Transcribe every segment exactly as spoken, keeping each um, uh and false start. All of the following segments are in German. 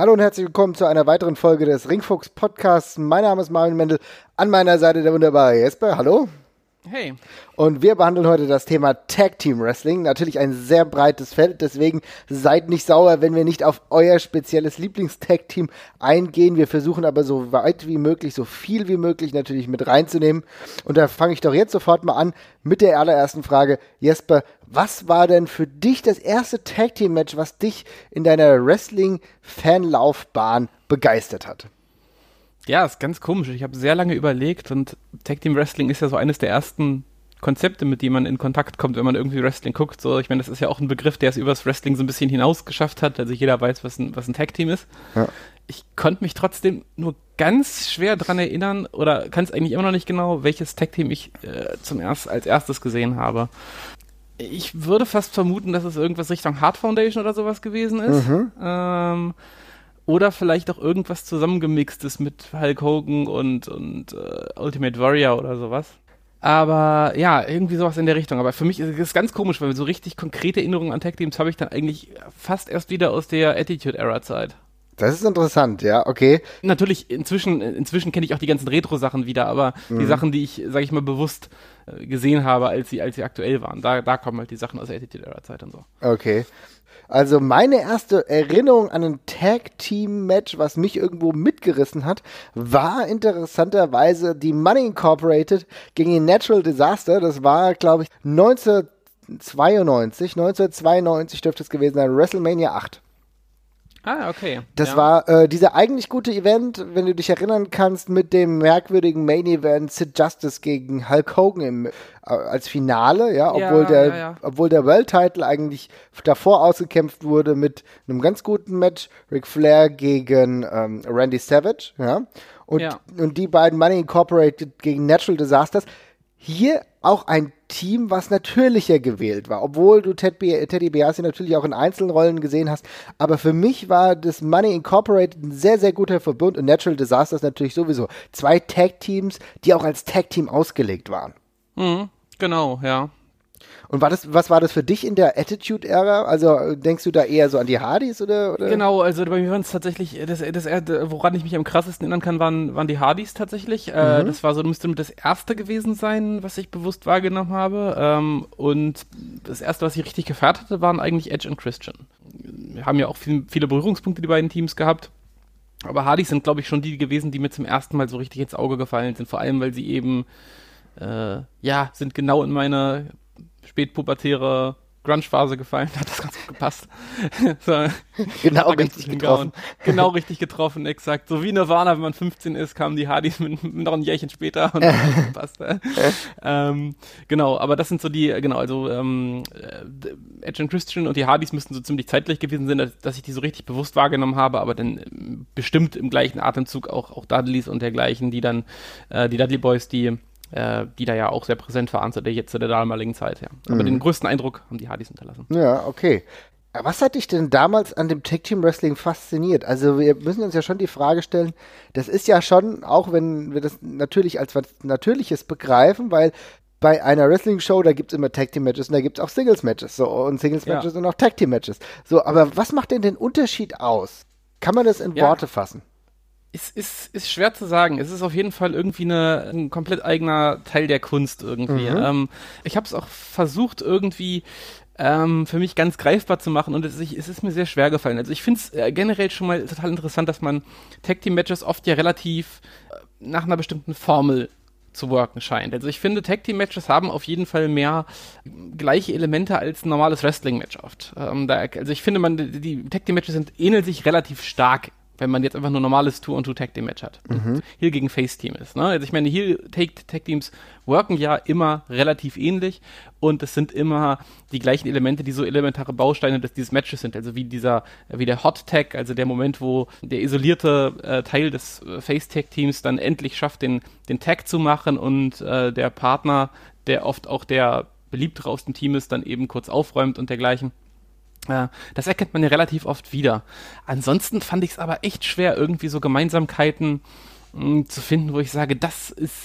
Hallo und herzlich willkommen zu einer weiteren Folge des Ringfuchs Podcasts. Mein Name ist Marvin Mendel, an meiner Seite der wunderbare Jesper. Hallo. Hey. Und wir behandeln heute das Thema Tag Team Wrestling. Natürlich ein sehr breites Feld, deswegen seid nicht sauer, wenn wir nicht auf euer spezielles Lieblings-Tag Team eingehen. Wir versuchen aber so weit wie möglich, so viel wie möglich natürlich mit reinzunehmen. Und da fange ich doch jetzt sofort mal an mit der allerersten Frage. Jesper, was war denn für dich das erste Tag Team Match, was dich in deiner Wrestling-Fanlaufbahn begeistert hat? Ja, ist ganz komisch. Ich habe sehr lange überlegt und Tag Team Wrestling ist ja so eines der ersten Konzepte, mit denen man in Kontakt kommt, wenn man irgendwie Wrestling guckt. So, ich meine, das ist ja auch ein Begriff, der es übers Wrestling so ein bisschen hinaus geschafft hat. Also jeder weiß, was ein, was ein Tag Team ist. Ja. Ich konnte mich trotzdem nur ganz schwer dran erinnern oder kann es eigentlich immer noch nicht genau, welches Tag Team ich äh, zum erst, als erstes gesehen habe. Ich würde fast vermuten, dass es irgendwas Richtung Hart Foundation oder sowas gewesen ist. Mhm. Ähm, Oder vielleicht auch irgendwas zusammengemixtes mit Hulk Hogan und, und uh, Ultimate Warrior oder sowas. Aber ja, irgendwie sowas in der Richtung. Aber für mich ist es ganz komisch, weil so richtig konkrete Erinnerungen an Tag Teams habe ich dann eigentlich fast erst wieder aus der Attitude-Era-Zeit. Das ist interessant, ja, okay. Natürlich, inzwischen, inzwischen kenne ich auch die ganzen Retro-Sachen wieder, aber mhm. die Sachen, die ich, sage ich mal, bewusst äh, gesehen habe, als sie, als sie aktuell waren, da, da kommen halt die Sachen aus der Attitude-Era-Zeit und so. Okay. Also meine erste Erinnerung an ein Tag-Team-Match, was mich irgendwo mitgerissen hat, war interessanterweise die Money Incorporated gegen die Natural Disaster. Das war, glaube ich, neunzehnhundertzweiundneunzig. neunzehnhundertzweiundneunzig dürfte es gewesen sein, WrestleMania acht. Ah, okay. Das ja. war äh, dieser eigentlich gute Event, wenn du dich erinnern kannst, mit dem merkwürdigen Main Event Sid Justice gegen Hulk Hogan im, äh, als Finale, ja, obwohl ja, der, ja, ja. obwohl der World Title eigentlich davor ausgekämpft wurde mit einem ganz guten Match, Ric Flair gegen ähm, Randy Savage, ja, und, ja. und die beiden Money Incorporated gegen Natural Disasters. Hier auch ein Team, was natürlicher gewählt war, obwohl du Ted Bi- Teddy DiBiase natürlich auch in Einzelrollen gesehen hast, aber für mich war das Money Incorporated ein sehr, sehr guter Verbund und Natural Disasters natürlich sowieso. Zwei Tag-Teams, die auch als Tag-Team ausgelegt waren. Mhm, genau, ja. Und war das, was war das für dich in der Attitude-Ära? Also denkst du da eher so an die Hardys oder? oder? Genau, also bei mir waren es tatsächlich, das, das, woran ich mich am krassesten erinnern kann, waren, waren die Hardys tatsächlich. Mhm. Äh, das war so, müsste das erste gewesen sein, was ich bewusst wahrgenommen habe. Ähm, und das erste, was ich richtig gefeiert hatte, waren eigentlich Edge und Christian. Wir haben ja auch viel, viele Berührungspunkte, die beiden Teams gehabt. Aber Hardys sind, glaube ich, schon die gewesen, die mir zum ersten Mal so richtig ins Auge gefallen sind. Vor allem, weil sie eben, äh, ja, sind genau in meine spätpubertäre Grunge-Phase gefallen, hat das ganz gut gepasst. so, genau richtig getroffen. Genau richtig getroffen, exakt. So wie Nirvana, wenn man fünfzehn ist, kamen die Hardys mit, mit noch ein Jährchen später und das hat gepasst. Äh. ähm, genau, aber das sind so die, genau, also ähm, Edge und Christian und die Hardys müssten so ziemlich zeitgleich gewesen sein, dass, dass ich die so richtig bewusst wahrgenommen habe, aber dann ähm, bestimmt im gleichen Atemzug auch, auch Dudleys und dergleichen, die dann, äh, die Dudley Boys, die Äh, die da ja auch sehr präsent waren zu der, jetzt zu der damaligen Zeit, ja. Aber mhm. den größten Eindruck haben die Hardys hinterlassen. Ja, okay. Was hat dich denn damals an dem Tag Team Wrestling fasziniert? Also wir müssen uns ja schon die Frage stellen, das ist ja schon, auch wenn wir das natürlich als was Natürliches begreifen, weil bei einer Wrestling-Show, da gibt es immer Tag Team Matches und da gibt es auch Singles-Matches, so, und Singles-Matches ja. und auch Tag Team Matches. So, aber was macht denn den Unterschied aus? Kann man das in ja. Worte fassen? Es ist, ist schwer zu sagen. Es ist auf jeden Fall irgendwie eine, ein komplett eigener Teil der Kunst irgendwie. Mhm. Ähm, ich habe es auch versucht irgendwie ähm, für mich ganz greifbar zu machen und es, ich, es ist mir sehr schwer gefallen. Also ich finde es äh, generell schon mal total interessant, dass man Tag-Team-Matches oft ja relativ äh, nach einer bestimmten Formel zu worken scheint. Also ich finde, Tag-Team-Matches haben auf jeden Fall mehr gleiche Elemente als ein normales Wrestling-Match oft. Ähm, da, also ich finde, man die, die Tag-Team-Matches sind, ähneln sich relativ stark, wenn man jetzt einfach nur normales Two- und Two-Tag-Team-Match hat. Mhm. Heel gegen Face-Team ist. Ne? Also ich meine, Heel-Tag-Teams worken ja immer relativ ähnlich und es sind immer die gleichen Elemente, die so elementare Bausteine des, dieses Matches sind. Also wie dieser, wie der Hot-Tag, also der Moment, wo der isolierte äh, Teil des äh, Face-Tag-Teams dann endlich schafft, den, den Tag zu machen und äh, der Partner, der oft auch der beliebtere aus dem Team ist, dann eben kurz aufräumt und dergleichen. Ja, das erkennt man ja relativ oft wieder. Ansonsten fand ich es aber echt schwer, irgendwie so Gemeinsamkeiten mh, zu finden, wo ich sage, das ist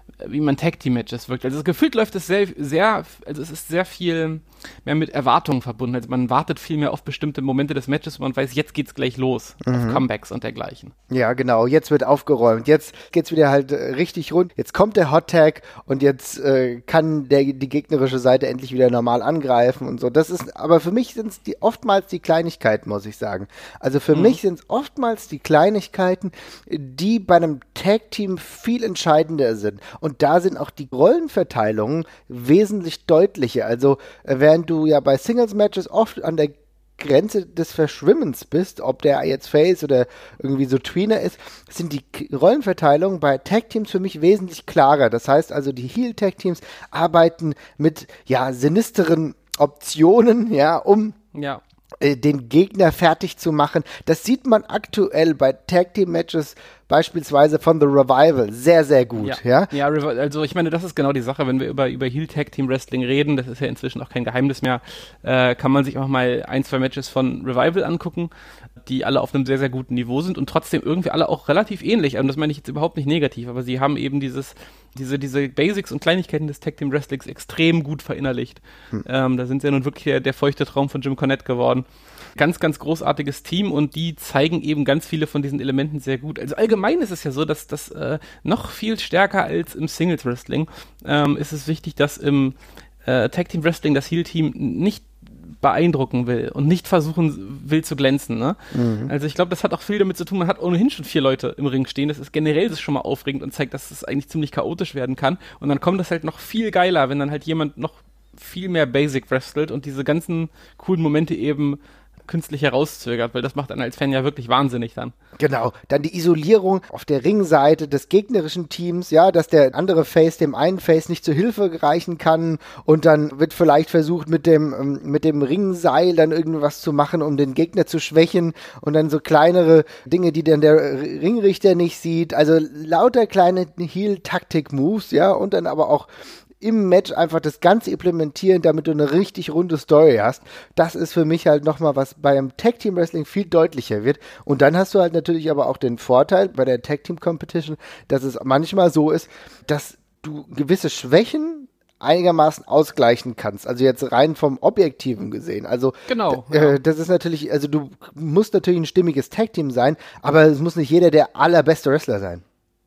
wie man Tag-Team-Matches wirkt. Also gefühlt läuft es sehr, sehr, also es ist sehr viel mehr mit Erwartungen verbunden. Also man wartet viel mehr auf bestimmte Momente des Matches und man weiß, jetzt geht's gleich los, mhm. auf Comebacks und dergleichen. Ja, genau. Jetzt wird aufgeräumt. Jetzt geht's wieder halt äh, richtig rund. Jetzt kommt der Hot-Tag und jetzt äh, kann der, die gegnerische Seite endlich wieder normal angreifen und so. Das ist, aber für mich sind es die, oftmals die Kleinigkeiten, muss ich sagen. Also für mhm. mich sind es oftmals die Kleinigkeiten, die bei einem Tag-Team viel entscheidender sind. Und da sind auch die Rollenverteilungen wesentlich deutlicher. Also äh, während du ja bei Singles-Matches oft an der Grenze des Verschwimmens bist, ob der jetzt Face oder irgendwie so Tweener ist, sind die K- Rollenverteilungen bei Tag-Teams für mich wesentlich klarer. Das heißt also, die Heel-Tag-Teams arbeiten mit, ja, sinisteren Optionen, ja, um ja. äh, den Gegner fertig zu machen. Das sieht man aktuell bei Tag-Team-Matches beispielsweise von The Revival sehr, sehr gut. Ja, ja? ja, also ich meine, das ist genau die Sache, wenn wir über, über Heel-Tag-Team-Wrestling reden, das ist ja inzwischen auch kein Geheimnis mehr, äh, kann man sich auch mal ein, zwei Matches von Revival angucken, die alle auf einem sehr, sehr guten Niveau sind und trotzdem irgendwie alle auch relativ ähnlich. Also das meine ich jetzt überhaupt nicht negativ, aber sie haben eben dieses, diese, diese Basics und Kleinigkeiten des Tag-Team-Wrestlings extrem gut verinnerlicht. Hm. Ähm, da sind sie ja nun wirklich der, der feuchte Traum von Jim Cornette geworden. Ganz, ganz großartiges Team und die zeigen eben ganz viele von diesen Elementen sehr gut. Also allgemein ist es ja so, dass das äh, noch viel stärker als im Singles-Wrestling ähm, ist es wichtig, dass im äh, Tag-Team-Wrestling das Heel-Team nicht beeindrucken will und nicht versuchen will zu glänzen. Ne? Mhm. Also ich glaube, das hat auch viel damit zu tun, man hat ohnehin schon vier Leute im Ring stehen, das ist generell das schon mal aufregend und zeigt, dass es eigentlich ziemlich chaotisch werden kann und dann kommt das halt noch viel geiler, wenn dann halt jemand noch viel mehr Basic wrestelt und diese ganzen coolen Momente eben künstlich herauszögert, weil das macht einen als Fan ja wirklich wahnsinnig dann. Genau, dann die Isolierung auf der Ringseite des gegnerischen Teams, ja, dass der andere Face dem einen Face nicht zur Hilfe reichen kann und dann wird vielleicht versucht mit dem mit dem Ringseil dann irgendwas zu machen, um den Gegner zu schwächen und dann so kleinere Dinge, die dann der Ringrichter nicht sieht, also lauter kleine Heel-Taktik-Moves, ja, und dann aber auch im Match einfach das Ganze implementieren, damit du eine richtig runde Story hast. Das ist für mich halt nochmal, was beim Tag-Team-Wrestling viel deutlicher wird. Und dann hast du halt natürlich aber auch den Vorteil bei der Tag-Team-Competition, dass es manchmal so ist, dass du gewisse Schwächen einigermaßen ausgleichen kannst. Also jetzt rein vom Objektiven gesehen. Also genau, d- äh, das ist natürlich, also du musst natürlich ein stimmiges Tag-Team sein, aber es muss nicht jeder der allerbeste Wrestler sein.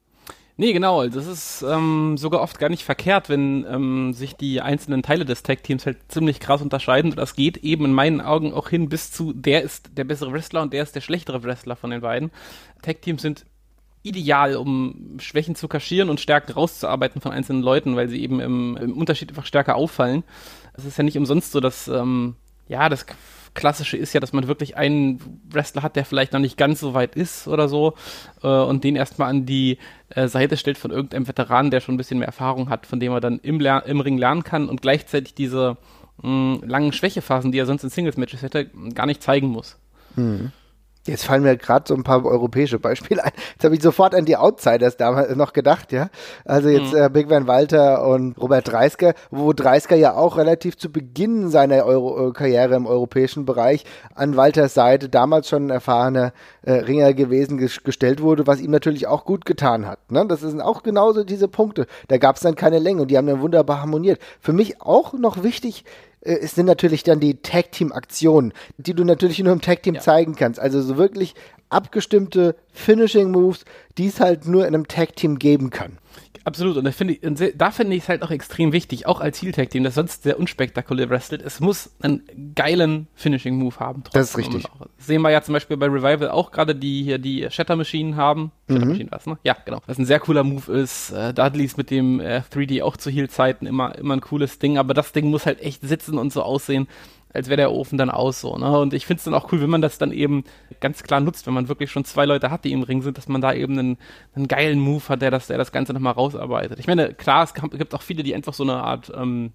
Nee, genau, das ist ähm, sogar oft gar nicht verkehrt, wenn ähm, sich die einzelnen Teile des Tag-Teams halt ziemlich krass unterscheiden. Und das geht eben in meinen Augen auch hin bis zu, der ist der bessere Wrestler und der ist der schlechtere Wrestler von den beiden. Tag-Teams sind ideal, um Schwächen zu kaschieren und Stärken rauszuarbeiten von einzelnen Leuten, weil sie eben im, im Unterschied einfach stärker auffallen. Es ist ja nicht umsonst so, dass, ähm, ja, das Klassische ist ja, dass man wirklich einen Wrestler hat, der vielleicht noch nicht ganz so weit ist oder so äh, und den erstmal an die äh, Seite stellt von irgendeinem Veteranen, der schon ein bisschen mehr Erfahrung hat, von dem er dann im, Ler- im Ring lernen kann und gleichzeitig diese mh, langen Schwächephasen, die er sonst in Singles-Matches hätte, gar nicht zeigen muss. Mhm. Jetzt fallen mir gerade so ein paar europäische Beispiele ein. Jetzt habe ich sofort an die Outsiders damals noch gedacht, ja. Also jetzt mhm. äh, Big Van Walter und Robert Dreisker, wo Dreisker ja auch relativ zu Beginn seiner Euro- äh, Karriere im europäischen Bereich an Walters Seite damals schon ein erfahrener äh, Ringer gewesen ges- gestellt wurde, was ihm natürlich auch gut getan hat. Ne? Das sind auch genauso diese Punkte. Da gab es dann keine Länge und die haben dann wunderbar harmoniert. Für mich auch noch wichtig, es sind natürlich dann die Tag-Team-Aktionen, die du natürlich nur im Tag-Team ja. zeigen kannst. Also so wirklich abgestimmte Finishing-Moves, die es halt nur in einem Tag-Team geben kann. Absolut, und da finde ich, da finde ich es halt auch extrem wichtig, auch als Heel-Tag-Team, das sonst sehr unspektakulär wrestelt, es muss einen geilen Finishing-Move haben. Trotzdem. Das ist richtig. Das sehen wir ja zum Beispiel bei Revival auch gerade, die hier die Shatter-Maschinen haben. Shatter-Maschinen, mhm. was, ne? Ja, genau. Was ein sehr cooler Move ist. Äh, Dudleys mit dem äh, drei D auch zu Heel-Zeiten immer, immer ein cooles Ding, aber das Ding muss halt echt sitzen und so aussehen, als wäre der Ofen dann aus, so, ne? Und ich finde es dann auch cool, wenn man das dann eben ganz klar nutzt, wenn man wirklich schon zwei Leute hat, die im Ring sind, dass man da eben einen, einen geilen Move hat, der das, der das Ganze nochmal rausarbeitet. Ich meine, klar, es gibt auch viele, die einfach so eine Art, ähm,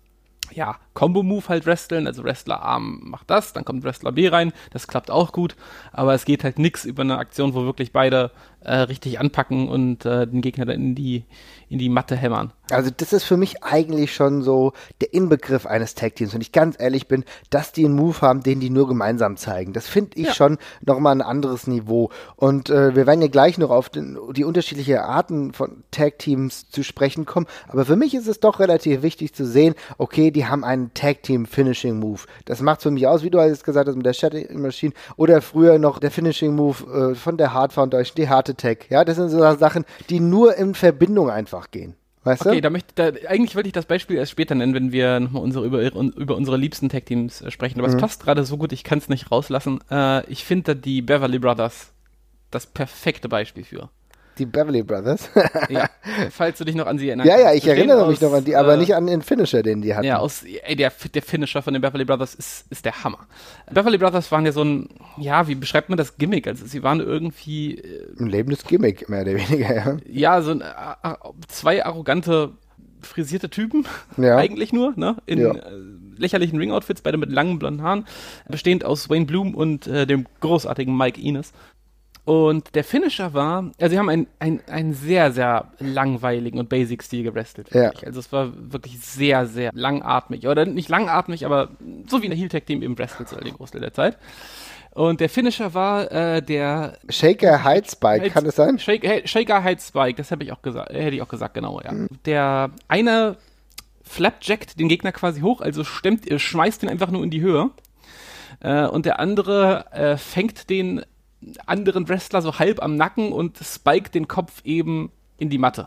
ja, Combo-Move halt wresteln, also Wrestler A macht das, dann kommt Wrestler B rein, das klappt auch gut, aber es geht halt nix über eine Aktion, wo wirklich beide äh, richtig anpacken und äh, den Gegner dann in die, in die Matte hämmern. Also das ist für mich eigentlich schon so der Inbegriff eines Tag-Teams. Wenn ich ganz ehrlich bin, dass die einen Move haben, den die nur gemeinsam zeigen. Das finde ich ja. schon nochmal ein anderes Niveau. Und äh, wir werden ja gleich noch auf den, die unterschiedlichen Arten von Tag-Teams zu sprechen kommen. Aber für mich ist es doch relativ wichtig zu sehen, okay, die haben einen Tag-Team-Finishing-Move. Das macht für mich aus, wie du jetzt gesagt hast, mit der Shattering Machine oder früher noch der Finishing-Move äh, von der Heart Foundation, die Heart Attack. Ja, das sind so Sachen, die nur in Verbindung einfach gehen. Weißt okay, du? da möchte, da, eigentlich wollte ich das Beispiel erst später nennen, wenn wir nochmal unsere, über, über unsere liebsten Tag-Teams äh, sprechen. Aber mhm. es passt gerade so gut, ich kann es nicht rauslassen. Äh, ich finde da die Beverly Brothers das perfekte Beispiel für. Die Beverly Brothers? Ja, falls du dich noch an sie erinnerst. Ja, ja, ich erinnere mich noch an die, aber äh, nicht an den Finisher, den die hatten. Ja, aus, ey, der, der Finisher von den Beverly Brothers ist, ist der Hammer. Beverly Brothers waren ja so ein, ja, wie beschreibt man das Gimmick? Also sie waren irgendwie... Äh, ein lebendes Gimmick, mehr oder weniger, ja. Ja, so ein, äh, zwei arrogante, frisierte Typen, ja. eigentlich nur, ne? In ja. äh, lächerlichen Ring-Outfits, beide mit langen blonden Haaren, bestehend aus Wayne Bloom und äh, dem großartigen Mike Enos. Und der Finisher war, also sie haben einen, einen, einen sehr, sehr langweiligen und Basic-Stil gewrestelt. Ja. Also es war wirklich sehr, sehr langatmig. Oder nicht langatmig, aber so wie ein Heel-Tag-Team eben wrestelt soll den Großteil der Zeit. Und der Finisher war äh, der Shaker Height Spike, kann das sein? Shake, Shaker Height Spike, das habe ich auch gesagt, hätte ich auch gesagt, genau, ja. Mhm. Der eine flapjackt den Gegner quasi hoch, also stemmt, schmeißt ihn einfach nur in die Höhe. Äh, und der andere äh, fängt den anderen Wrestler so halb am Nacken und spiked den Kopf eben in die Matte.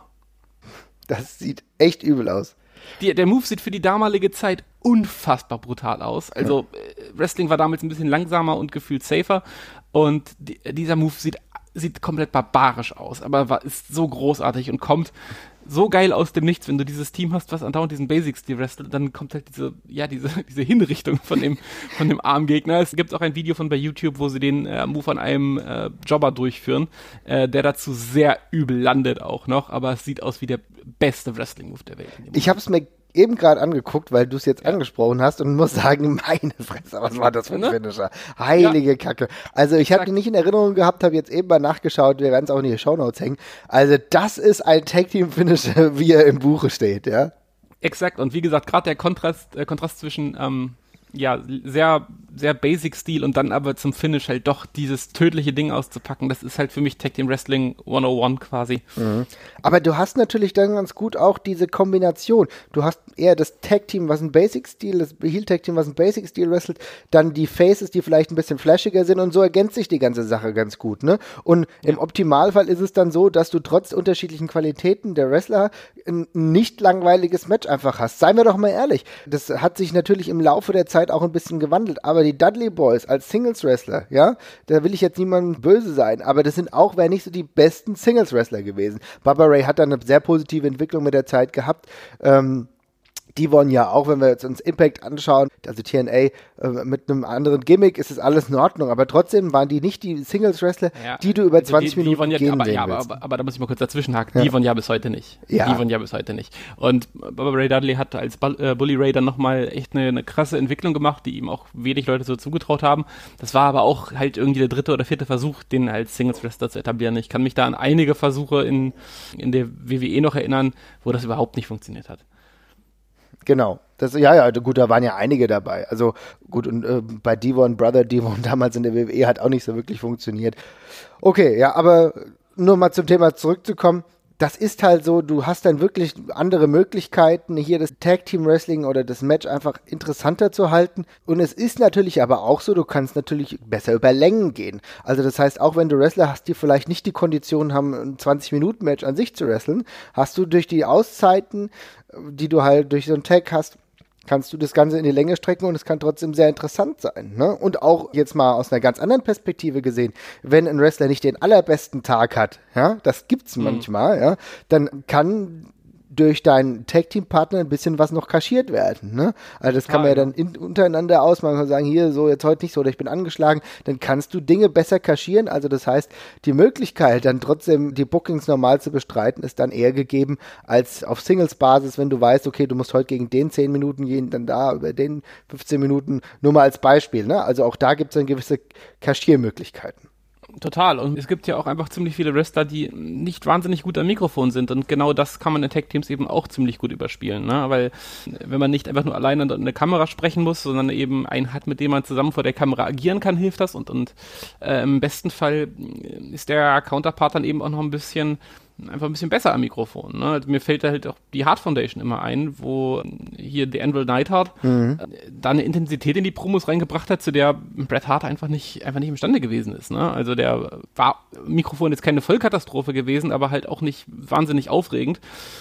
Das sieht echt übel aus. Die, der Move sieht für die damalige Zeit unfassbar brutal aus. Also ja. Wrestling war damals ein bisschen langsamer und gefühlt safer und die, dieser Move sieht, sieht komplett barbarisch aus, aber war, ist so großartig und kommt so geil aus dem Nichts, wenn du dieses Team hast, was andauernd diesen Basics-Stil wrestelt, dann kommt halt diese, ja, diese, diese Hinrichtung von dem, von dem Armgegner. Es gibt auch ein Video von bei YouTube, wo sie den äh, Move an einem äh, Jobber durchführen, äh, der dazu sehr übel landet auch noch, aber es sieht aus wie der beste Wrestling-Move der Welt. Ich habe es mir eben gerade angeguckt, weil du es jetzt ja. angesprochen hast und muss sagen, meine Fresse, was war das für ein ne? Finisher? Heilige ja. Kacke. Also ich habe den nicht in Erinnerung gehabt, habe jetzt eben mal nachgeschaut, wir werden es auch in die Shownotes hängen. Also das ist ein Tag-Team-Finisher, wie er im Buche steht, ja? Exakt, und wie gesagt, gerade der Kontrast, äh, Kontrast zwischen ähm, ja, sehr, sehr Basic-Stil und dann aber zum Finish halt doch dieses tödliche Ding auszupacken, das ist halt für mich Tag Team Wrestling hundertundeins quasi. Mhm. Aber du hast natürlich dann ganz gut auch diese Kombination. Du hast eher das Tag-Team, was ein Basic-Stil, das Heel-Tag-Team, was ein Basic-Stil wrestelt, dann die Faces, die vielleicht ein bisschen flashiger sind und so ergänzt sich die ganze Sache ganz gut, ne? Und ja. im Optimalfall ist es dann so, dass du trotz unterschiedlichen Qualitäten der Wrestler ein nicht langweiliges Match einfach hast. Seien wir doch mal ehrlich. Das hat sich natürlich im Laufe der Zeit auch ein bisschen gewandelt, aber die Dudley Boys als Singles-Wrestler, ja, da will ich jetzt niemandem böse sein, aber das sind auch, wäre nicht so die besten Singles-Wrestler gewesen. Bubba Ray hat da eine sehr positive Entwicklung mit der Zeit gehabt, ähm, Devon ja auch, wenn wir jetzt uns Impact anschauen, also T N A, äh, mit einem anderen Gimmick ist es alles in Ordnung, aber trotzdem waren die nicht die Singles-Wrestler, ja. die du über also zwanzig die, Minuten Devon ja, gehen aber, sehen ja, aber, aber, aber da muss ich mal kurz dazwischenhaken, ja. Devon ja bis heute nicht. Ja. Devon ja bis heute nicht. Und Bubba Ray Dudley hat als Bu- äh, Bully Ray dann nochmal echt eine, eine krasse Entwicklung gemacht, die ihm auch wenig Leute so zugetraut haben. Das war aber auch halt irgendwie der dritte oder vierte Versuch, den als Singles-Wrestler zu etablieren. Ich kann mich da an einige Versuche in, in der W W E noch erinnern, wo das überhaupt nicht funktioniert hat. Genau. Das, ja, ja, gut, da waren ja einige dabei. Also gut, und äh, bei Devon, Brother Devon damals in der W W E hat auch nicht so wirklich funktioniert. Okay, ja, aber nur mal zum Thema zurückzukommen. Das ist halt so, du hast dann wirklich andere Möglichkeiten, hier das Tag-Team-Wrestling oder das Match einfach interessanter zu halten. Und es ist natürlich aber auch so, du kannst natürlich besser über Längen gehen. Also das heißt, auch wenn du Wrestler hast, die vielleicht nicht die Konditionen haben, ein zwanzig-Minuten-Match an sich zu wresteln, hast du durch die Auszeiten, die du halt durch so einen Tag hast, kannst du das Ganze in die Länge strecken und es kann trotzdem sehr interessant sein. Ne? Und auch jetzt mal aus einer ganz anderen Perspektive gesehen, wenn ein Wrestler nicht den allerbesten Tag hat, ja, das gibt's mhm. manchmal, ja, dann kann durch deinen Tag-Team-Partner ein bisschen was noch kaschiert werden. Ne? Also das kann ah, man ja dann in, untereinander ausmachen und sagen, hier, so jetzt heute nicht so, oder ich bin angeschlagen, dann kannst du Dinge besser kaschieren. Also das heißt, die Möglichkeit, dann trotzdem die Bookings normal zu bestreiten, ist dann eher gegeben als auf Singles-Basis, wenn du weißt, okay, du musst heute gegen den zehn Minuten gehen, dann da über den fünfzehn Minuten, nur mal als Beispiel. Ne? Also auch da gibt es dann gewisse Kaschiermöglichkeiten. Total. Und es gibt ja auch einfach ziemlich viele Wrestler, die nicht wahnsinnig gut am Mikrofon sind. Und genau das kann man in Tag-Teams eben auch ziemlich gut überspielen. Ne? Weil wenn man nicht einfach nur alleine in eine Kamera sprechen muss, sondern eben einen hat, mit dem man zusammen vor der Kamera agieren kann, hilft das. Und, und äh, im besten Fall ist der Counterpart dann eben auch noch ein bisschen einfach ein bisschen besser am Mikrofon. Ne? Also mir fällt da halt auch die Hart Foundation immer ein, wo hier The Anvil Neidhart mhm. da eine Intensität in die Promos reingebracht hat, zu der Bret Hart einfach nicht, einfach nicht imstande gewesen ist. Ne? Also der war Mikrofon jetzt keine Vollkatastrophe gewesen, aber halt auch nicht wahnsinnig aufregend.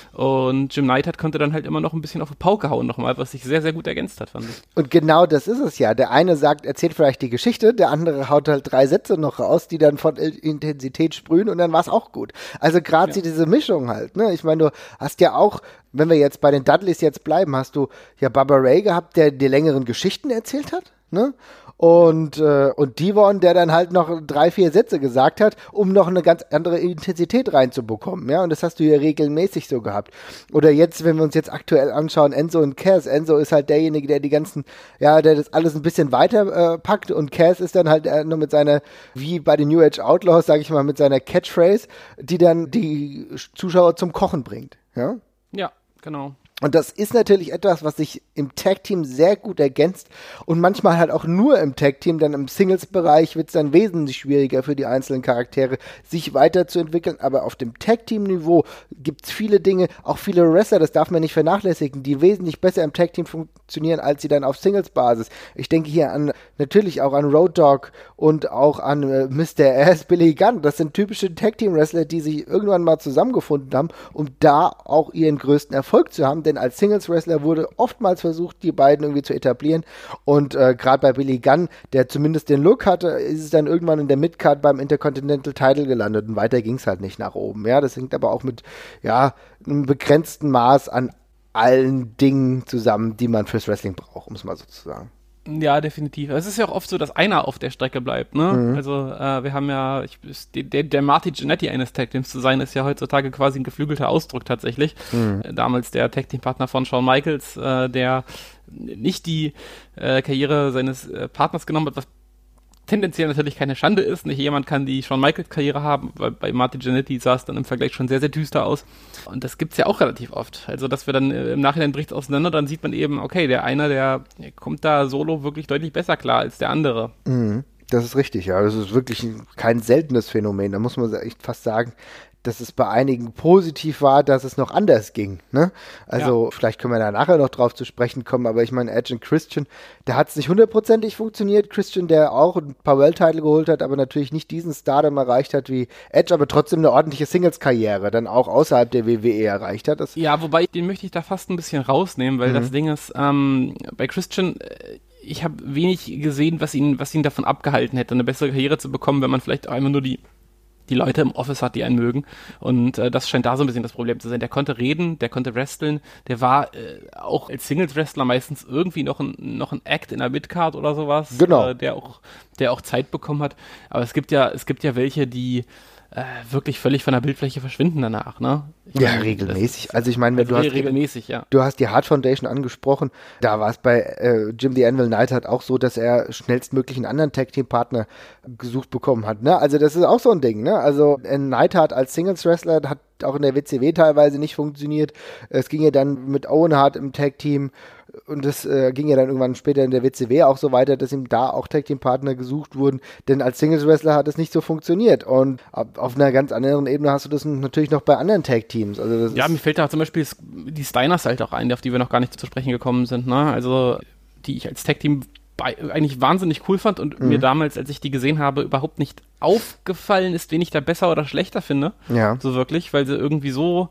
Und Jim Neidhart konnte dann halt immer noch ein bisschen auf die Pauke hauen nochmal, was sich sehr, sehr gut ergänzt hat, fand ich. Und genau das ist es ja. Der eine sagt, erzählt vielleicht die Geschichte, der andere haut halt drei Sätze noch raus, die dann von Intensität sprühen und dann war es auch gut. Also gerade ja. diese Mischung halt, ne? Ich meine, du hast ja auch, wenn wir jetzt bei den Dudleys jetzt bleiben, hast du ja Bubba Ray gehabt, der die längeren Geschichten erzählt hat, ne? Und, äh, und Devon, der dann halt noch drei, vier Sätze gesagt hat, um noch eine ganz andere Intensität reinzubekommen, ja, und das hast du ja regelmäßig so gehabt. Oder jetzt, wenn wir uns jetzt aktuell anschauen, Enzo und Cass, Enzo ist halt derjenige, der die ganzen, ja, der das alles ein bisschen weiter äh, packt und Cass ist dann halt äh, nur mit seiner, wie bei den New Age Outlaws, sag ich mal, mit seiner Catchphrase, die dann die Zuschauer zum Kochen bringt, ja. Ja, genau. Und das ist natürlich etwas, was sich im Tag-Team sehr gut ergänzt und manchmal halt auch nur im Tag-Team, dann im Singles-Bereich wird es dann wesentlich schwieriger für die einzelnen Charaktere, sich weiterzuentwickeln, aber auf dem Tag-Team-Niveau gibt es viele Dinge, auch viele Wrestler, das darf man nicht vernachlässigen, die wesentlich besser im Tag-Team funktionieren, als sie dann auf Singles-Basis. Ich denke hier an, natürlich auch an Road Dogg und auch an äh, Mister Ass, Billy Gunn, das sind typische Tag-Team-Wrestler, die sich irgendwann mal zusammengefunden haben, um da auch ihren größten Erfolg zu haben, denn als Singles-Wrestler wurde oftmals versucht, die beiden irgendwie zu etablieren und äh, gerade bei Billy Gunn, der zumindest den Look hatte, ist es dann irgendwann in der Midcard beim Intercontinental Title gelandet und weiter ging es halt nicht nach oben. Ja, das hängt aber auch mit ja, einem begrenzten Maß an allen Dingen zusammen, die man fürs Wrestling braucht, um es mal so zu sagen. Ja, definitiv. Es ist ja auch oft so, dass einer auf der Strecke bleibt, ne? Mhm. Also äh, wir haben ja, ich, der, der Marty Jannetty eines Tag-Teams zu sein, ist ja heutzutage quasi ein geflügelter Ausdruck tatsächlich. Mhm. Äh, damals der Tag-Team-Partner von Shawn Michaels, äh, der nicht die äh, Karriere seines äh, Partners genommen hat, was tendenziell natürlich keine Schande ist. Nicht jemand kann die Shawn Michaels Karriere haben, weil bei Marty Jannetty sah es dann im Vergleich schon sehr, sehr düster aus. Und das gibt's ja auch relativ oft. Also, dass wir dann äh, im Nachhinein bricht's auseinander, dann sieht man eben, okay, der eine, der, der kommt da solo wirklich deutlich besser klar als der andere. Mhm, das ist richtig, ja. Das ist wirklich ein, kein seltenes Phänomen. Da muss man echt fast sagen, dass es bei einigen positiv war, dass es noch anders ging. Ne? Also ja. Vielleicht können wir da nachher noch drauf zu sprechen kommen, aber ich meine, Edge und Christian, da hat es nicht hundertprozentig funktioniert. Christian, der auch ein paar World-Title geholt hat, aber natürlich nicht diesen Stardom erreicht hat wie Edge, aber trotzdem eine ordentliche Singles-Karriere dann auch außerhalb der W W E erreicht hat. Das ja, wobei, den möchte ich da fast ein bisschen rausnehmen, weil mhm. das Ding ist, ähm, bei Christian, äh, ich habe wenig gesehen, was ihn, was ihn davon abgehalten hätte, eine bessere Karriere zu bekommen, wenn man vielleicht auch einmal nur die die Leute im Office hat, die einen mögen. Und äh, das scheint da so ein bisschen das Problem zu sein. Der konnte reden, der konnte wresteln, der war äh, auch als Singles-Wrestler meistens irgendwie noch ein, noch ein Act in der Midcard oder sowas, genau. äh, der auch, der auch Zeit bekommen hat. Aber es gibt ja, es gibt ja welche, die äh, wirklich völlig von der Bildfläche verschwinden danach, ne? Ich ja, meine, regelmäßig. Das, also ich meine, also du hast regelmäßig, ja. Du hast die Hart Foundation angesprochen. Da war es bei äh, Jim the Anvil Neidhart auch so, dass er schnellstmöglich einen anderen Tag-Team-Partner gesucht bekommen hat. Ne? Also das ist auch so ein Ding. Ne? Also Neidhart als Singles-Wrestler hat auch in der W C W teilweise nicht funktioniert. Es ging ja dann mit Owen Hart im Tag-Team und das äh, ging ja dann irgendwann später in der W C W auch so weiter, dass ihm da auch Tag-Team-Partner gesucht wurden, denn als Singles-Wrestler hat es nicht so funktioniert und auf einer ganz anderen Ebene hast du das natürlich noch bei anderen Tag-Teams. Also das ja, mir fällt da zum Beispiel die Steiners halt auch ein, auf die wir noch gar nicht zu sprechen gekommen sind, ne? Also die ich als Tag-Team bei, eigentlich wahnsinnig cool fand und mhm. mir damals, als ich die gesehen habe, überhaupt nicht aufgefallen ist, wen ich da besser oder schlechter finde. Ja. So wirklich, weil sie irgendwie so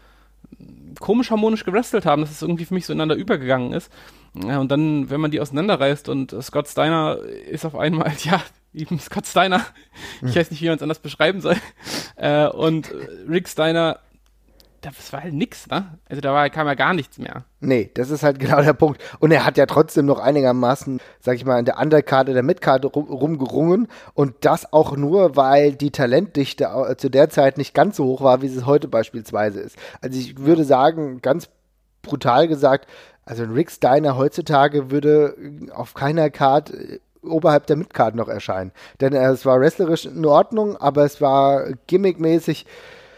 komisch harmonisch gewrestelt haben, dass es irgendwie für mich so ineinander übergegangen ist. Ja, und dann, wenn man die auseinanderreißt und Scott Steiner ist auf einmal, ja, eben Scott Steiner, ich weiß nicht, wie man es anders beschreiben soll, äh, und Rick Steiner, das war halt nix, ne? Also da war, kam ja gar nichts mehr. Nee, das ist halt genau der Punkt. Und er hat ja trotzdem noch einigermaßen, sag ich mal, in der Undercard, in der Midcard rum, rumgerungen. Und das auch nur, weil die Talentdichte zu der Zeit nicht ganz so hoch war, wie es heute beispielsweise ist. Also ich würde sagen, ganz brutal gesagt, also ein Rick Steiner heutzutage würde auf keiner Card oberhalb der Midcard noch erscheinen. Denn äh, es war wrestlerisch in Ordnung, aber es war gimmickmäßig,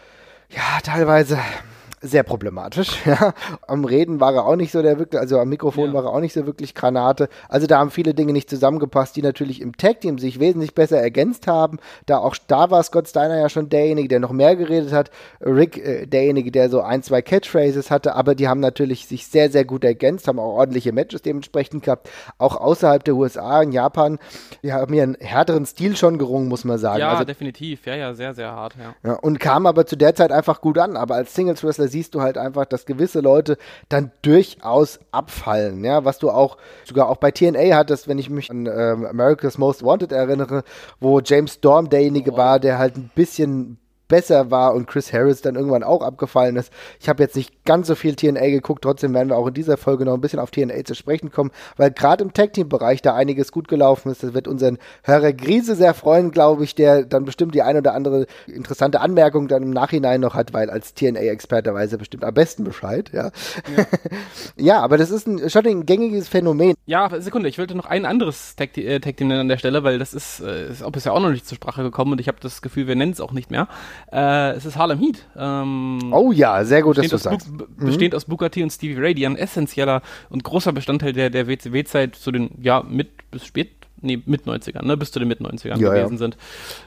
ja, teilweise sehr problematisch, ja. Am Reden war er auch nicht so der wirklich, also am Mikrofon ja. war er auch nicht so wirklich Granate. Also da haben viele Dinge nicht zusammengepasst, die natürlich im Tag-Team sich wesentlich besser ergänzt haben. Da auch, da war Scott Steiner ja schon derjenige, der noch mehr geredet hat. Rick, äh, derjenige, der so ein, zwei Catchphrases hatte, aber die haben natürlich sich sehr, sehr gut ergänzt, haben auch ordentliche Matches dementsprechend gehabt. Auch außerhalb der U S A, in Japan, die haben hier einen härteren Stil schon gerungen, muss man sagen. Ja, also, definitiv. Ja, ja, sehr, sehr hart, ja. ja. Und kam aber zu der Zeit einfach gut an. Aber als Singles-Wrestler siehst du halt einfach, dass gewisse Leute dann durchaus abfallen, ja, was du auch sogar auch bei T N A hattest, wenn ich mich an ähm, America's Most Wanted erinnere, wo James Storm derjenige oh. war, der halt ein bisschen besser war und Chris Harris dann irgendwann auch abgefallen ist. Ich habe jetzt nicht ganz so viel T N A geguckt, trotzdem werden wir auch in dieser Folge noch ein bisschen auf T N A zu sprechen kommen, weil gerade im Tag-Team-Bereich da einiges gut gelaufen ist. Das wird unseren Hörer Griese sehr freuen, glaube ich, der dann bestimmt die ein oder andere interessante Anmerkung dann im Nachhinein noch hat, weil als T N A-Experte weiß er bestimmt am besten Bescheid. Ja, ja. ja, aber das ist ein, schon ein gängiges Phänomen. Ja, Sekunde, ich wollte noch ein anderes Tag-Team äh, Tag-Team nennen an der Stelle, weil das ist, äh, ist, ist ja auch noch nicht zur Sprache gekommen und ich habe das Gefühl, wir nennen es auch nicht mehr. Äh, es ist Harlem Heat. Ähm, oh ja, sehr gut, dass du sagst. Bu- bestehend mhm. aus Booker T und Stevie Ray, die ein essentieller und großer Bestandteil der, der W C W-Zeit zu den, ja, mit bis spät, nee, Mit-neunzigern, ne, bis zu den Mit-neunzigern ja, gewesen ja. sind.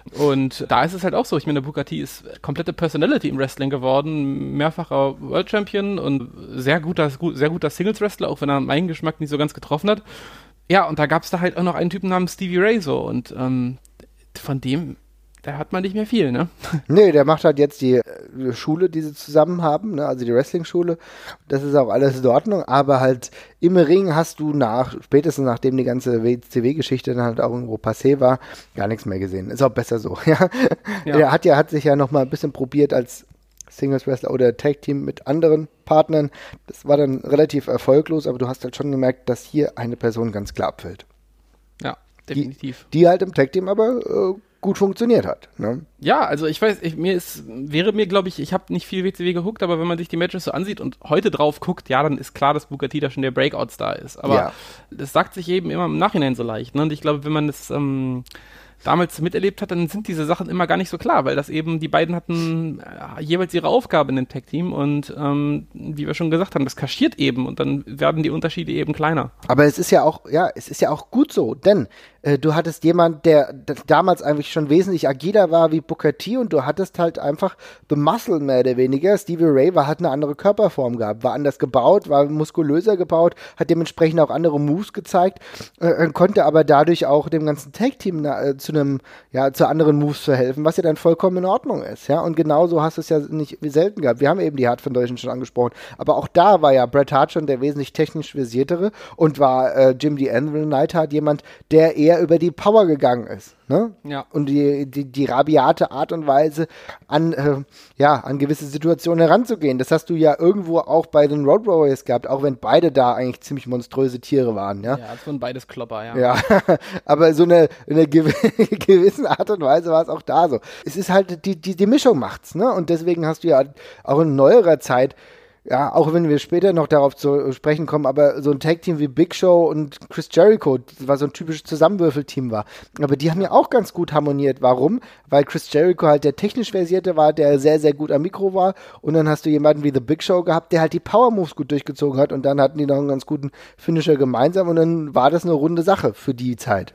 Und da ist es halt auch so, ich meine, Booker T ist komplette Personality im Wrestling geworden, mehrfacher World Champion und sehr guter, sehr guter Singles-Wrestler, auch wenn er meinen Geschmack nicht so ganz getroffen hat. Ja, und da gab es da halt auch noch einen Typen namens Stevie Ray so und ähm, von dem da hat man nicht mehr viel, ne? Nee, der macht halt jetzt die äh, Schule, die sie zusammen haben, ne? Also die Wrestling-Schule. Das ist auch alles in Ordnung, aber halt im Ring hast du nach, spätestens nachdem die ganze W C W-Geschichte dann halt auch irgendwo passé war, gar nichts mehr gesehen. Ist auch besser so, ja. ja. Er hat ja, hat sich ja noch mal ein bisschen probiert als Singles-Wrestler oder Tag-Team mit anderen Partnern. Das war dann relativ erfolglos, aber du hast halt schon gemerkt, dass hier eine Person ganz klar abfällt. Ja, definitiv. Die, die halt im Tag-Team aber äh, gut funktioniert hat. Ne? Ja, also ich weiß, ich, mir ist, wäre mir, glaube ich, ich habe nicht viel W C W geguckt, aber wenn man sich die Matches so ansieht und heute drauf guckt, ja, dann ist klar, dass Booker T da schon der Breakout-Star ist. Aber ja. das sagt sich eben immer im Nachhinein so leicht. Ne? Und ich glaube, wenn man das ähm, damals miterlebt hat, dann sind diese Sachen immer gar nicht so klar, weil das eben, die beiden hatten äh, jeweils ihre Aufgabe in dem Tag-Team und ähm, wie wir schon gesagt haben, das kaschiert eben und dann werden die Unterschiede eben kleiner. Aber es ist ja auch, ja, es ist ja auch gut so, denn äh, du hattest jemand, der d- damals eigentlich schon wesentlich agiler war wie Booker T und du hattest halt einfach The Muscle mehr oder weniger. Stevie Ray war, hat eine andere Körperform gehabt, war anders gebaut, war muskulöser gebaut, hat dementsprechend auch andere Moves gezeigt, äh, konnte aber dadurch auch dem ganzen Tag-Team äh, zu einem, ja, zu anderen Moves verhelfen, was ja dann vollkommen in Ordnung ist, ja, und genauso hast du es ja nicht selten gehabt. Wir haben eben die Hart Foundation schon angesprochen, aber auch da war ja Bret Hart schon der wesentlich technisch versiertere und war äh, Jim the Anvil Neidhart jemand, der eher über die Power gegangen ist, ne? Ja. Und die, die, die rabiate Art und Weise an, äh, ja, an gewisse Situationen heranzugehen. Das hast du ja irgendwo auch bei den Road Warriors gehabt, auch wenn beide da eigentlich ziemlich monströse Tiere waren, ja. Ja, das waren beides Klopper, ja. Ja, aber so eine, eine gew- gewissen Art und Weise war es auch da so. Es ist halt, die, die, die Mischung macht's, ne? Und deswegen hast du ja auch in neuerer Zeit, ja, auch wenn wir später noch darauf zu sprechen kommen, aber so ein Tag-Team wie Big Show und Chris Jericho, was so ein typisches Zusammenwürfelteam war. Aber die haben ja auch ganz gut harmoniert. Warum? Weil Chris Jericho halt der technisch Versierte war, der sehr, sehr gut am Mikro war. Und dann hast du jemanden wie The Big Show gehabt, der halt die Power-Moves gut durchgezogen hat. Und dann hatten die noch einen ganz guten Finisher gemeinsam. Und dann war das eine runde Sache für die Zeit.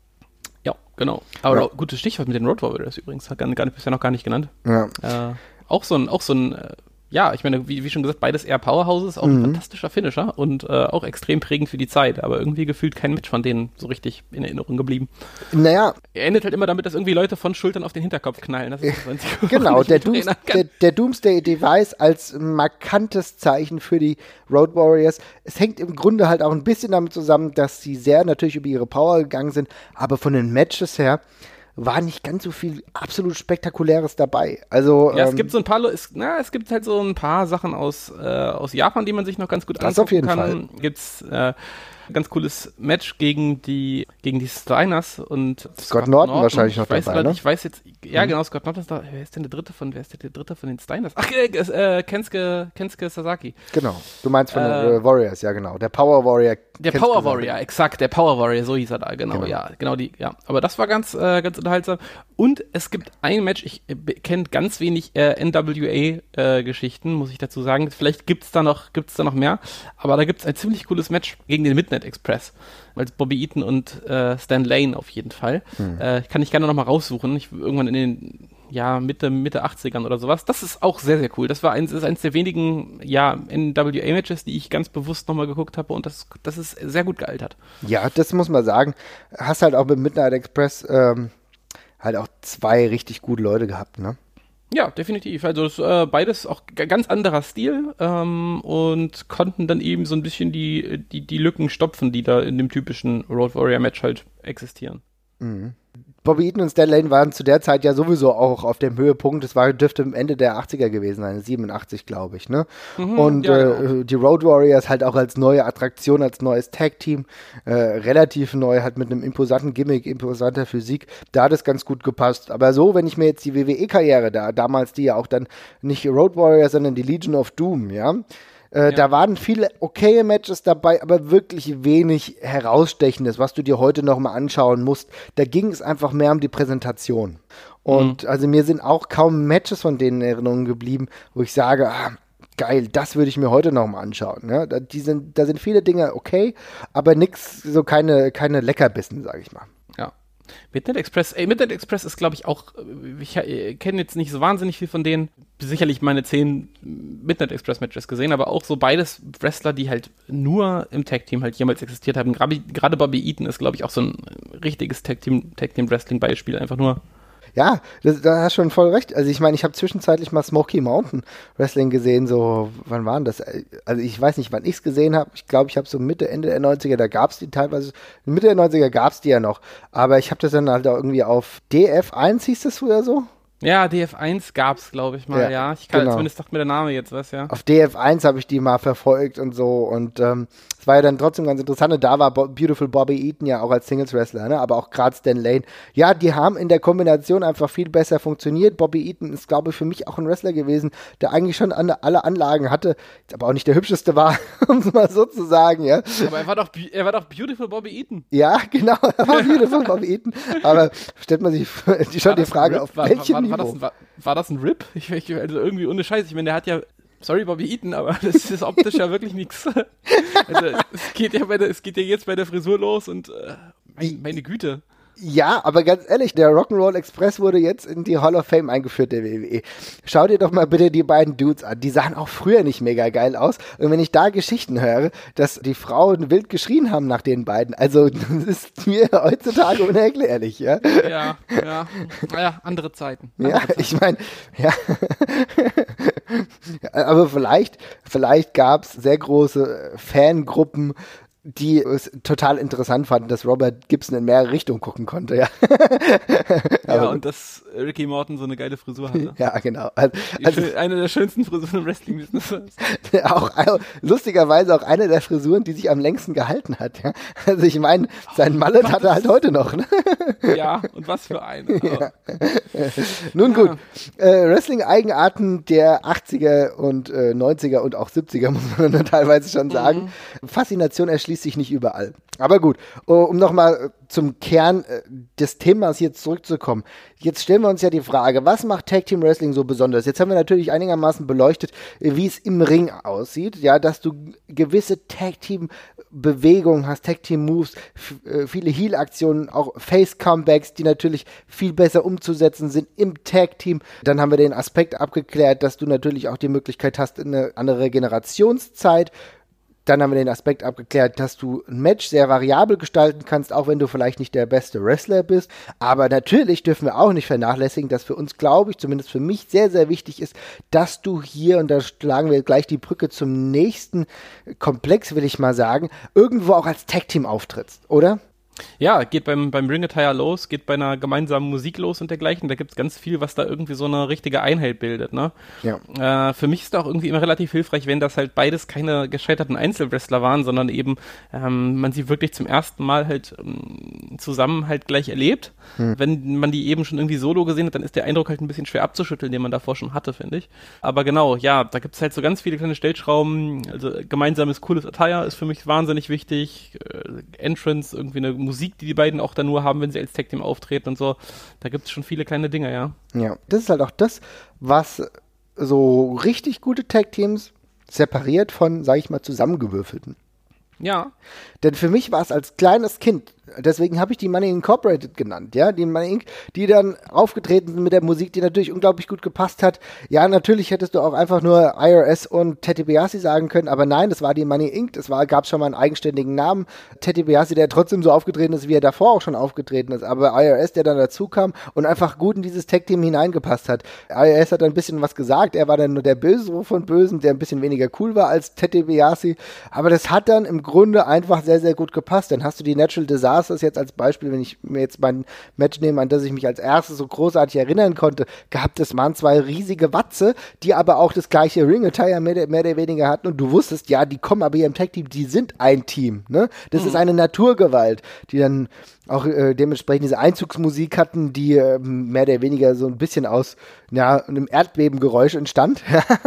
Ja, genau. Aber Ja. gutes Stichwort mit den Road Warriors übrigens, hat gar, gar nicht, bisher noch gar nicht genannt. Ja. Äh, auch so ein, auch so ein, äh, ja, ich meine, wie, wie schon gesagt, beides eher Powerhouses, auch ein fantastischer Finisher und äh, auch extrem prägend für die Zeit, aber irgendwie gefühlt kein Match von denen so richtig in Erinnerung geblieben. Naja. Er endet halt immer damit, dass irgendwie Leute von Schultern auf den Hinterkopf knallen. Das ist das Einzige, Genau, der, Dooms, erinnern kann. der, der Doomsday Device als markantes Zeichen für die Road Warriors. Es hängt im Grunde halt auch ein bisschen damit zusammen, dass sie sehr natürlich über ihre Power gegangen sind, aber von den Matches her war nicht ganz so viel absolut Spektakuläres dabei. Also, Ja, ähm, es gibt so ein paar, es, na, es gibt halt so ein paar Sachen aus, äh, aus Japan, die man sich noch ganz gut Das auf jeden kann. Fall. Gibt's, äh, Ganz cooles Match gegen die gegen die Steiners und Scott, Scott Norton, Norton wahrscheinlich noch ich weiß, dabei, ne? Ich weiß jetzt, ja mhm. genau, Scott Norton ist da. Wer ist denn der dritte von, wer ist denn der dritte von den Steiners? Ach, äh, äh, Kensuke, Kensuke Sasaki. Genau, du meinst von äh, den äh, Warriors, ja genau, der Power Warrior. Der Kensuke Power Warrior, Sasaki. exakt, der Power Warrior, so hieß er da, genau, genau. ja, genau die, ja. Aber das war ganz, äh, ganz unterhaltsam. Und es gibt ein Match, ich äh, kenne ganz wenig äh, N W A-Geschichten, äh, muss ich dazu sagen. Vielleicht gibt's da noch, gibt's da noch mehr, aber da gibt's ein ziemlich cooles Match gegen den Midnight Express. Als Bobby Eaton und äh, Stan Lane auf jeden Fall. Hm. Äh, kann ich gerne noch mal raussuchen. Ich, irgendwann in den ja, Mitte, Mitte achtzigern oder sowas. Das ist auch sehr, sehr cool. Das war eins, ist eins der wenigen ja, N W A-Matches, die ich ganz bewusst nochmal geguckt habe und das, das ist sehr gut gealtert. Ja, das muss man sagen. Hast halt auch mit Midnight Express ähm, halt auch zwei richtig gute Leute gehabt, ne? Ja, definitiv. Also das, äh, beides auch g- ganz anderer Stil ähm, und konnten dann eben so ein bisschen die, die, die Lücken stopfen, die da in dem typischen Road Warrior Match halt existieren. Mhm. Bobby Eaton und Stan Lane waren zu der Zeit ja sowieso auch auf dem Höhepunkt. Das war, dürfte im Ende der achtziger gewesen sein, siebenundachtzig, glaube ich, ne? Mhm, und ja, äh, genau. Die Road Warriors halt auch als neue Attraktion, als neues Tag-Team, äh, relativ neu, halt mit einem imposanten Gimmick, imposanter Physik. Da hat es ganz gut gepasst. Aber so, wenn ich mir jetzt die W W E-Karriere da, damals die ja auch dann nicht Road Warriors, sondern die Legion of Doom, ja, Äh, ja. Da waren viele okaye Matches dabei, aber wirklich wenig Herausstechendes, was du dir heute noch mal anschauen musst. Da ging es einfach mehr um die Präsentation. Und mhm. also mir sind auch kaum Matches von denen in Erinnerung geblieben, wo ich sage, ah, geil, das würde ich mir heute noch mal anschauen. Ja, da, die sind, da sind viele Dinge okay, aber nix, so keine, keine Leckerbissen, sage ich mal. Ja. Midnight Express, ey, Midnight Express ist, glaube ich, auch, ich äh, kenne jetzt nicht so wahnsinnig viel von denen, sicherlich meine zehn Midnight Express Matches gesehen, aber auch so beides Wrestler, die halt nur im Tag-Team halt jemals existiert haben. Gerade Bobby Eaton ist, glaube ich, auch so ein richtiges Tag-Team, Tag-Team-Wrestling-Beispiel, einfach nur. Ja, das, da hast du schon voll recht. Also ich meine, ich habe zwischenzeitlich mal Smoky Mountain Wrestling gesehen, so, wann waren das? Also ich weiß nicht, wann ich es gesehen habe. Ich glaube, ich habe so Mitte, Ende der neunziger, da gab es die teilweise, Mitte der neunziger gab es die ja noch. Aber ich habe das dann halt auch irgendwie auf D F eins, hieß das früher so? Ja, D F eins gab's, glaube ich mal, ja. ja. Ich kann, genau. Zumindest sagt mir der Name jetzt was, ja. Auf D F eins habe ich die mal verfolgt und so und ähm, es war ja dann trotzdem ganz interessant und da war Bo- Beautiful Bobby Eaton ja auch als Singles-Wrestler, ne? Aber auch gerade Stan Lane. Ja, die haben in der Kombination einfach viel besser funktioniert. Bobby Eaton ist, glaube ich, für mich auch ein Wrestler gewesen, der eigentlich schon an, alle Anlagen hatte, aber auch nicht der hübscheste war, um es mal so zu sagen, ja. Aber er war doch, er war doch Beautiful Bobby Eaton. Ja, genau, er war Beautiful Bobby Eaton, aber stellt man sich schon die Frage, auf war, welchem war, war, Niveau? War das, war, war das ein Rip? Ich, ich, also irgendwie ohne Scheiß. Ich meine, der hat ja, sorry Bobby Eaton, aber das ist optisch ja wirklich nichts. Also es geht ja bei der, es geht ja jetzt bei der Frisur los und äh, mein, meine Güte. Ja, aber ganz ehrlich, der Rock'n'Roll Express wurde jetzt in die Hall of Fame eingeführt, der W W E. Schau dir doch mal bitte die beiden Dudes an. Die sahen auch früher nicht mega geil aus. Und wenn ich da Geschichten höre, dass die Frauen wild geschrien haben nach den beiden, also das ist mir heutzutage unerklärlich, ja. Ja, ja, naja, andere Zeiten. Andere ja, Zeiten. Ich meine, ja. Aber vielleicht, vielleicht gab es sehr große Fangruppen, die es total interessant fanden, dass Robert Gibson in mehrere Richtungen gucken konnte, ja. Ja, und dass Ricky Morton so eine geile Frisur hatte. Ja, genau. Also, also, eine der schönsten Frisuren im Wrestling-Business. auch, lustigerweise auch eine der Frisuren, die sich am längsten gehalten hat, ja. Also ich meine, sein oh, Mallet hat er halt heute noch, ne? Ja, und was für eine. Ja. Nun gut, ja. äh, Wrestling-Eigenarten der achtziger und äh, neunziger und auch siebziger, muss man dann teilweise schon sagen. Mhm. Faszination erschließt sich nicht überall. Aber gut, um nochmal zum Kern des Themas hier zurückzukommen. Jetzt stellen wir uns ja die Frage, was macht Tag Team Wrestling so besonders? Jetzt haben wir natürlich einigermaßen beleuchtet, wie es im Ring aussieht, ja, dass du gewisse Tag Team Bewegungen hast, Tag Team Moves, f- viele Heel-Aktionen, auch Face-Comebacks, die natürlich viel besser umzusetzen sind im Tag Team. Dann haben wir den Aspekt abgeklärt, dass du natürlich auch die Möglichkeit hast, eine andere Regenerationszeit. Dann haben wir den Aspekt abgeklärt, dass du ein Match sehr variabel gestalten kannst, auch wenn du vielleicht nicht der beste Wrestler bist. Aber natürlich dürfen wir auch nicht vernachlässigen, dass für uns, glaube ich, zumindest für mich sehr, sehr wichtig ist, dass du hier, und da schlagen wir gleich die Brücke zum nächsten Komplex, will ich mal sagen, irgendwo auch als Tag-Team auftrittst, oder? Ja, geht beim, beim Ring Attire los, geht bei einer gemeinsamen Musik los und dergleichen. Da gibt's ganz viel, was da irgendwie so eine richtige Einheit bildet, ne? Ja. Äh, für mich ist da auch irgendwie immer relativ hilfreich, wenn das halt beides keine gescheiterten Einzelwrestler waren, sondern eben ähm, man sie wirklich zum ersten Mal halt ähm, zusammen halt gleich erlebt. Hm. Wenn man die eben schon irgendwie solo gesehen hat, dann ist der Eindruck halt ein bisschen schwer abzuschütteln, den man davor schon hatte, finde ich. Aber genau, ja, da gibt's halt so ganz viele kleine Stellschrauben. Also gemeinsames, cooles Attire ist für mich wahnsinnig wichtig. Äh, Entrance, irgendwie eine Musik, die die beiden auch dann nur haben, wenn sie als Tag-Team auftreten und so. Da gibt es schon viele kleine Dinge, ja. Ja, das ist halt auch das, was so richtig gute Tag-Teams separiert von, sag ich mal, zusammengewürfelten. Ja. Denn für mich war es als kleines Kind, deswegen habe ich die Money Incorporated genannt, ja, die Money Incorporated, die dann aufgetreten sind mit der Musik, die natürlich unglaublich gut gepasst hat. Ja, natürlich hättest du auch einfach nur I R S und Teddy DiBiase sagen können, aber nein, das war die Money Incorporated, es war, gab schon mal einen eigenständigen Namen. Teddy DiBiase, der trotzdem so aufgetreten ist, wie er davor auch schon aufgetreten ist, aber I R S, der dann dazu kam und einfach gut in dieses Tag-Team hineingepasst hat. I R S hat dann ein bisschen was gesagt, er war dann nur der Böse von Bösen, der ein bisschen weniger cool war als Teddy DiBiase, aber das hat dann im Grunde einfach sehr, sehr gut gepasst. Dann hast du die Natural Disasters jetzt als Beispiel, wenn ich mir jetzt mein Match nehme, an das ich mich als erstes so großartig erinnern konnte, gehabt, das waren zwei riesige Watze, die aber auch das gleiche Ring-Attire mehr, mehr oder weniger hatten und du wusstest, ja, die kommen aber hier im Tag-Team, die sind ein Team, ne? Das mhm. ist eine Naturgewalt, die dann auch äh, dementsprechend diese Einzugsmusik hatten, die äh, mehr oder weniger so ein bisschen aus ja, einem Erdbebengeräusch entstand.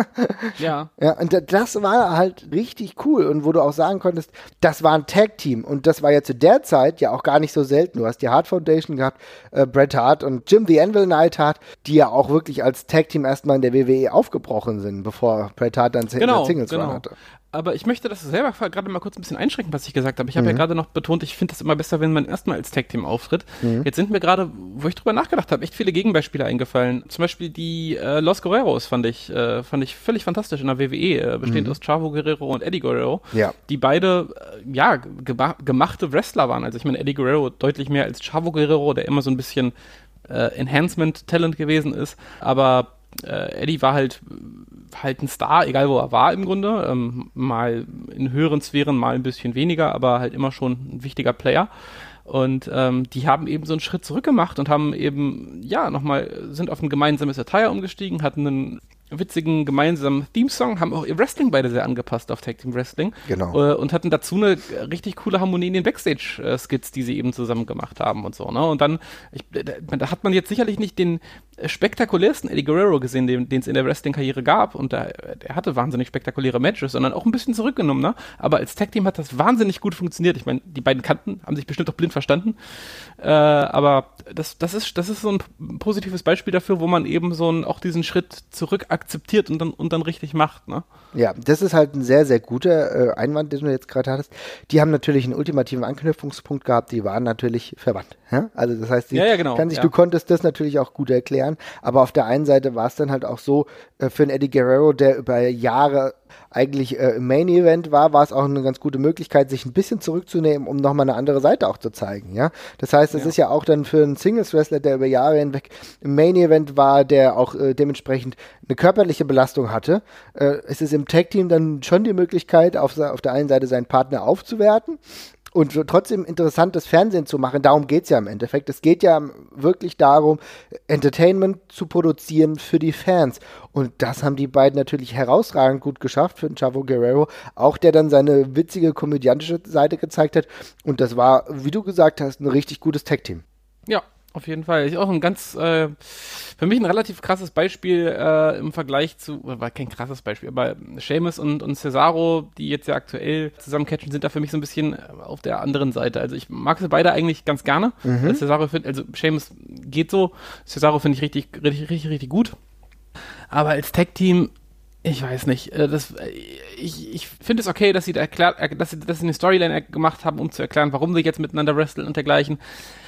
Ja. Ja, und das war halt richtig cool und wo du auch sagen konntest, das war ein Tag-Team und das war ja zu der Zeit ja auch gar nicht so selten. Du hast die Hart Foundation gehabt, äh, Bret Hart und Jim the Anvil Neidhart, die ja auch wirklich als Tag-Team erstmal in der W W E aufgebrochen sind, bevor Bret Hart dann genau, Singles genau. hatte. Aber ich möchte das selber gerade mal kurz ein bisschen einschränken, was ich gesagt habe. Ich habe mhm. ja gerade noch betont, ich finde das immer besser, wenn man erstmal als Tag-Team auftritt. Mhm. Jetzt sind mir gerade, wo ich drüber nachgedacht habe, echt viele Gegenbeispiele eingefallen. Zum Beispiel die äh, Los Guerreros fand ich, äh, fand ich völlig fantastisch in der W W E, äh, bestehend mhm. aus Chavo Guerrero und Eddie Guerrero, ja. die beide, äh, ja, geba- gemachte Wrestler waren. Also ich meine, Eddie Guerrero deutlich mehr als Chavo Guerrero, der immer so ein bisschen äh, Enhancement-Talent gewesen ist, aber äh, Eddie war halt halt ein Star, egal wo er war im Grunde, ähm, mal in höheren Sphären, mal ein bisschen weniger, aber halt immer schon ein wichtiger Player. Und ähm, die haben eben so einen Schritt zurück gemacht und haben eben, ja, nochmal, sind auf ein gemeinsames Attire umgestiegen, hatten einen witzigen gemeinsamen Theme-Song, haben auch ihr Wrestling beide sehr angepasst auf Tag Team Wrestling. Genau. Äh, und hatten dazu eine richtig coole Harmonie in den Backstage-Skits, die sie eben zusammen gemacht haben und so, ne? Und dann, ich, da, da hat man jetzt sicherlich nicht den spektakulärsten Eddie Guerrero gesehen, den es in der Wrestling-Karriere gab, und da, er hatte wahnsinnig spektakuläre Matches, sondern auch ein bisschen zurückgenommen, ne? Aber als Tag-Team hat das wahnsinnig gut funktioniert. Ich meine, die beiden kannten, haben sich bestimmt auch blind verstanden, äh, aber das, das ist, das ist so ein positives Beispiel dafür, wo man eben so einen, auch diesen Schritt zurück akzeptiert und dann, und dann richtig macht, ne? Ja, das ist halt ein sehr, sehr guter äh, Einwand, den du jetzt gerade hattest. Die haben natürlich einen ultimativen Anknüpfungspunkt gehabt, die waren natürlich verwandt. Ja? Also das heißt, die ja, ja, genau, kann sich, ja. du konntest das natürlich auch gut erklären, aber auf der einen Seite war es dann halt auch so, äh, für einen Eddie Guerrero, der über Jahre eigentlich äh, im Main Event war, war es auch eine ganz gute Möglichkeit, sich ein bisschen zurückzunehmen, um nochmal eine andere Seite auch zu zeigen, ja. Das heißt, es ja. ist ja auch dann für einen Singles-Wrestler, der über Jahre hinweg im Main Event war, der auch äh, dementsprechend eine körperliche Belastung hatte, äh, es ist im Tag-Team dann schon die Möglichkeit, auf, auf der einen Seite seinen Partner aufzuwerten und trotzdem interessantes Fernsehen zu machen. Darum geht's ja im Endeffekt. Es geht ja wirklich darum, Entertainment zu produzieren für die Fans. Und das haben die beiden natürlich herausragend gut geschafft für den Chavo Guerrero. Auch der dann seine witzige, komödiantische Seite gezeigt hat. Und das war, wie du gesagt hast, ein richtig gutes Tag-Team. Ja. Auf jeden Fall. Ich auch ein ganz, äh, für mich ein relativ krasses Beispiel äh, im Vergleich zu, war kein krasses Beispiel, aber Sheamus und, und Cesaro, die jetzt ja aktuell zusammen catchen, sind da für mich so ein bisschen auf der anderen Seite. Also ich mag sie beide eigentlich ganz gerne. Mhm. Cesaro find, also Sheamus geht so, Cesaro finde ich richtig, richtig, richtig, richtig gut. Aber als Tag-Team, ich weiß nicht, das, ich, ich finde es okay, dass sie da erklärt, dass sie, dass sie eine Storyline gemacht haben, um zu erklären, warum sie jetzt miteinander wresteln und dergleichen.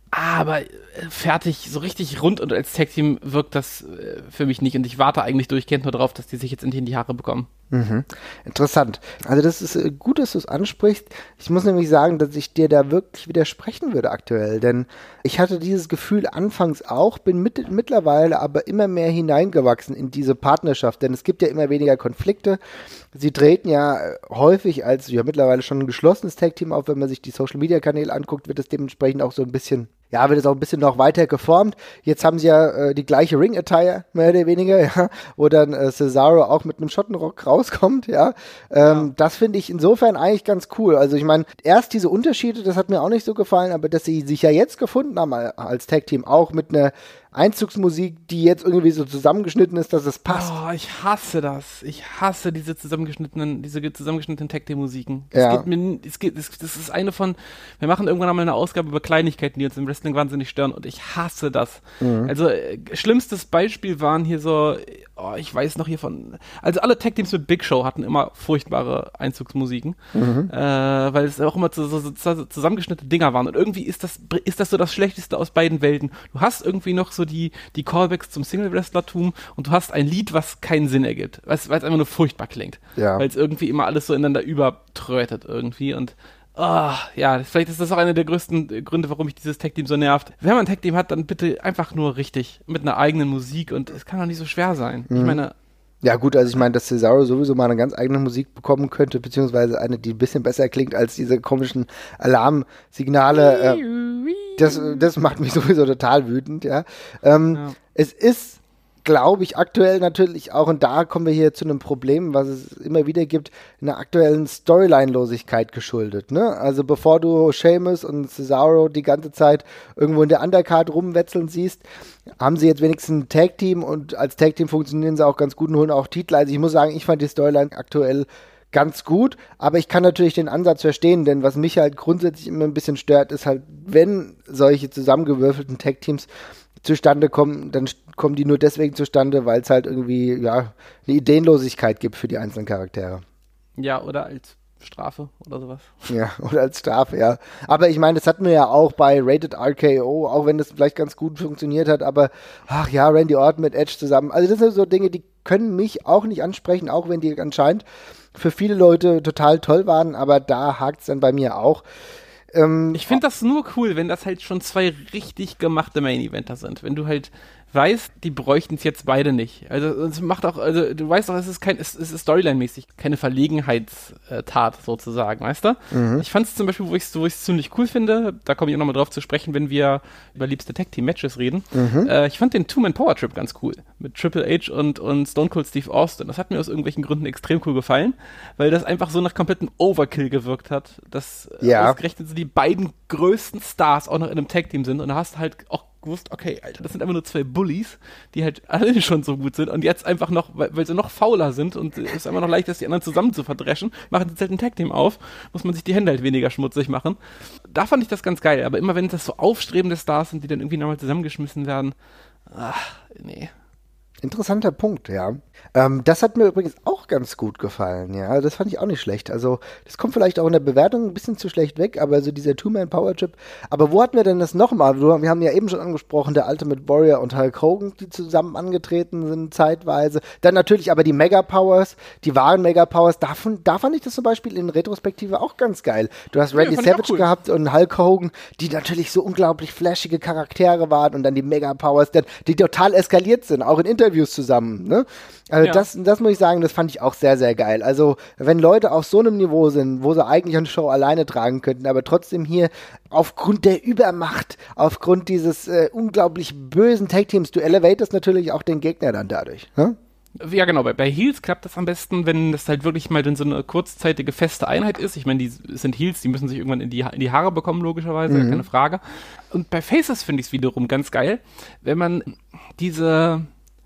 Aber äh, fertig, so richtig rund und als Tag-Team wirkt das äh, für mich nicht. Und ich warte eigentlich durchgehend nur darauf, dass die sich jetzt endlich in die Haare bekommen. Mhm. Interessant. Also das ist äh, gut, dass du es ansprichst. Ich muss nämlich sagen, dass ich dir da wirklich widersprechen würde aktuell, denn ich hatte dieses Gefühl anfangs auch, bin mit, mittlerweile aber immer mehr hineingewachsen in diese Partnerschaft, denn es gibt ja immer weniger Konflikte. Sie treten ja häufig als ja mittlerweile schon ein geschlossenes Tag-Team auf, wenn man sich die Social-Media-Kanäle anguckt, wird es dementsprechend auch so ein bisschen, ja, wird es auch ein bisschen noch weiter geformt. Jetzt haben sie ja äh, die gleiche Ring-Attire, mehr oder weniger, ja, wo dann äh, Cesaro auch mit einem Schottenrock rauskommt, ja. Ähm, ja. Das finde ich insofern eigentlich ganz cool. Also ich meine, erst diese Unterschiede, das hat mir auch nicht so gefallen, aber dass sie sich ja jetzt gefunden haben als Tag-Team, auch mit einer Einzugsmusik, die jetzt irgendwie so zusammengeschnitten ist, dass es passt. Oh, ich hasse das. Ich hasse diese zusammengeschnittenen, diese zusammengeschnittenen Tag-Team-Musiken. Es Ja. geht mir, es geht, das, das ist eine von, wir machen irgendwann einmal eine Ausgabe über Kleinigkeiten, die uns im Wrestling wahnsinnig stören und ich hasse das. Mhm. Also, äh, schlimmstes Beispiel waren hier so, oh, ich weiß noch hier von, also alle Tag-Teams mit Big Show hatten immer furchtbare Einzugsmusiken, mhm. äh, weil es auch immer so, so, so zusammengeschnittene Dinger waren und irgendwie ist das, ist das so das Schlechteste aus beiden Welten. Du hast irgendwie noch so die, die Callbacks zum Single-Wrestlertum und du hast ein Lied, was keinen Sinn ergibt, weil es einfach nur furchtbar klingt. Ja. Weil es irgendwie immer alles so ineinander übertrötet irgendwie und oh, ja, vielleicht ist das auch einer der größten Gründe, warum mich dieses Tag-Team so nervt. Wenn man ein Tag-Team hat, dann bitte einfach nur richtig, mit einer eigenen Musik und es kann doch nicht so schwer sein. Mhm. Ich meine, ja gut, also ich meine, dass Cesaro sowieso mal eine ganz eigene Musik bekommen könnte, beziehungsweise eine, die ein bisschen besser klingt als diese komischen Alarmsignale, äh, das, das macht mich sowieso total wütend, ja. Ähm, ja. Es ist, glaube ich, aktuell natürlich auch, und da kommen wir hier zu einem Problem, was es immer wieder gibt, einer aktuellen Storyline-Losigkeit geschuldet, ne? Also bevor du Sheamus und Cesaro die ganze Zeit irgendwo in der Undercard rumwetzeln siehst, haben sie jetzt wenigstens ein Tag-Team und als Tag-Team funktionieren sie auch ganz gut und holen auch Titel. Also ich muss sagen, ich fand die Storyline aktuell ganz gut, aber ich kann natürlich den Ansatz verstehen, denn was mich halt grundsätzlich immer ein bisschen stört, ist halt, wenn solche zusammengewürfelten Tag-Teams zustande kommen, dann kommen die nur deswegen zustande, weil es halt irgendwie, ja, eine Ideenlosigkeit gibt für die einzelnen Charaktere. Ja, oder als Strafe oder sowas. Ja, oder als Strafe, ja. Aber ich meine, das hatten wir ja auch bei Rated R K O, auch wenn das vielleicht ganz gut funktioniert hat, aber ach ja, Randy Orton mit Edge zusammen. Also das sind so Dinge, die können mich auch nicht ansprechen, auch wenn die anscheinend für viele Leute total toll waren, aber da hakt es dann bei mir auch. Ähm, ich finde das nur cool, wenn das halt schon zwei richtig gemachte Main-Eventer sind. Wenn du halt weißt, die bräuchten es jetzt beide nicht. Also es macht auch, also du weißt doch, es ist kein, es, es ist Storyline-mäßig keine Verlegenheitstat sozusagen, weißt du? Mhm. Ich fand es zum Beispiel, wo ich es wo ich's ziemlich cool finde, da komme ich auch nochmal drauf zu sprechen, wenn wir über liebste Tag-Team-Matches reden. Mhm. Äh, ich fand den Two-Man-Power-Trip ganz cool. Mit Triple H und, und Stone Cold Steve Austin. Das hat mir aus irgendwelchen Gründen extrem cool gefallen, weil das einfach so nach komplettem Overkill gewirkt hat, dass ja. ausgerechnet so die beiden größten Stars auch noch in einem Tag-Team sind und da hast du halt auch gewusst, okay, Alter, das sind einfach nur zwei Bullies, die halt alle schon so gut sind und jetzt einfach noch, weil, weil sie noch fauler sind und es ist einfach noch leicht, dass die anderen zusammen zu verdreschen, machen jetzt halt ein Tag-Team auf, muss man sich die Hände halt weniger schmutzig machen. Da fand ich das ganz geil, aber immer wenn das so aufstrebende Stars sind, die dann irgendwie nochmal zusammengeschmissen werden, ach, nee. Interessanter Punkt, ja. Ähm, das hat mir übrigens auch ganz gut gefallen, ja. Das fand ich auch nicht schlecht. Also, das kommt vielleicht auch in der Bewertung ein bisschen zu schlecht weg, aber so dieser Two-Man-Power-Trip. Aber wo hatten wir denn das nochmal? Wir haben ja eben schon angesprochen, der Ultimate Warrior und Hulk Hogan, die zusammen angetreten sind zeitweise. Dann natürlich aber die Mega-Powers, die wahren Mega-Powers. Davon, da fand ich das zum Beispiel in Retrospektive auch ganz geil. Du hast Randy ja, Savage cool. gehabt und Hulk Hogan, die natürlich so unglaublich flashige Charaktere waren und dann die Mega-Powers, die total eskaliert sind, auch in Interviews Interviews zusammen, ne? Also ja. das, das muss ich sagen, das fand ich auch sehr, sehr geil. Also wenn Leute auf so einem Niveau sind, wo sie eigentlich eine Show alleine tragen könnten, aber trotzdem hier aufgrund der Übermacht, aufgrund dieses äh, unglaublich bösen Tag-Teams, du elevatest natürlich auch den Gegner dann dadurch, ne? Ja, genau, bei, bei Heels klappt das am besten, wenn das halt wirklich mal dann so eine kurzzeitige feste Einheit ist. Ich meine, die sind Heels, die müssen sich irgendwann in die, in die Haare bekommen, logischerweise, mhm. keine Frage. Und bei Faces finde ich es wiederum ganz geil, wenn man diese...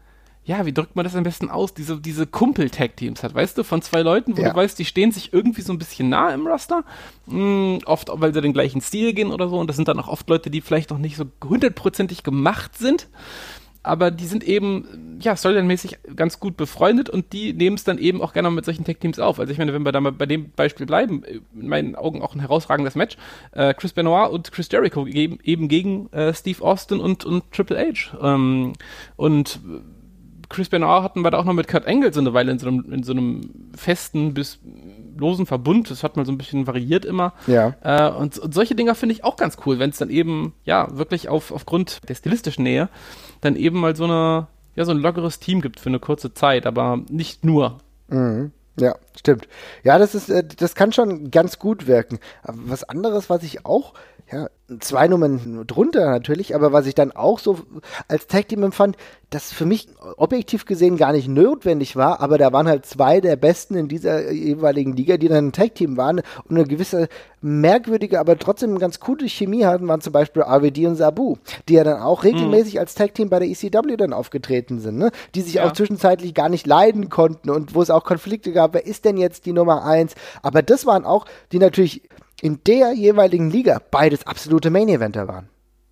Ja, wie drückt man das am besten aus? Diese, diese Kumpel-Tag-Teams hat, weißt du, von zwei Leuten, wo ja. du weißt, die stehen sich irgendwie so ein bisschen nah im Roster. Hm, oft, weil sie den gleichen Stil gehen oder so. Und das sind dann auch oft Leute, die vielleicht noch nicht so hundertprozentig gemacht sind. aber die sind eben, ja, storyline-mäßig ganz gut befreundet und die nehmen es dann eben auch gerne mit solchen Tech-Teams auf. Also ich meine, wenn wir da mal bei dem Beispiel bleiben, in meinen Augen auch ein herausragendes Match, äh, Chris Benoit und Chris Jericho eben, eben gegen äh, Steve Austin und, und Triple H. Ähm, und Chris Benoit hatten wir da auch noch mit Kurt Angle so eine Weile in so einem, in so einem festen bis losen Verbund. Das hat mal so ein bisschen variiert immer. Ja. Äh, und, und solche Dinger finde ich auch ganz cool, wenn es dann eben, ja, wirklich auf, aufgrund der stilistischen Nähe dann eben mal so eine, ja, so ein lockeres Team gibt für eine kurze Zeit, aber nicht nur. Mhm. Ja, stimmt. Ja, das ist, das kann schon ganz gut wirken. Aber was anderes, was ich auch, ja, zwei Nummern drunter natürlich, aber was ich dann auch so als Tag-Team empfand, das für mich objektiv gesehen gar nicht notwendig war, aber da waren halt zwei der Besten in dieser jeweiligen Liga, die dann ein Tag-Team waren und eine gewisse merkwürdige, aber trotzdem ganz coole Chemie hatten, waren zum Beispiel R V D und Sabu, die ja dann auch regelmäßig mhm. als Tag-Team bei der E C W dann aufgetreten sind, ne? Die sich ja. auch zwischenzeitlich gar nicht leiden konnten und wo es auch Konflikte gab, wer ist denn jetzt die Nummer eins? Aber das waren auch, die natürlich in der jeweiligen Liga beides absolute Main-Eventer waren.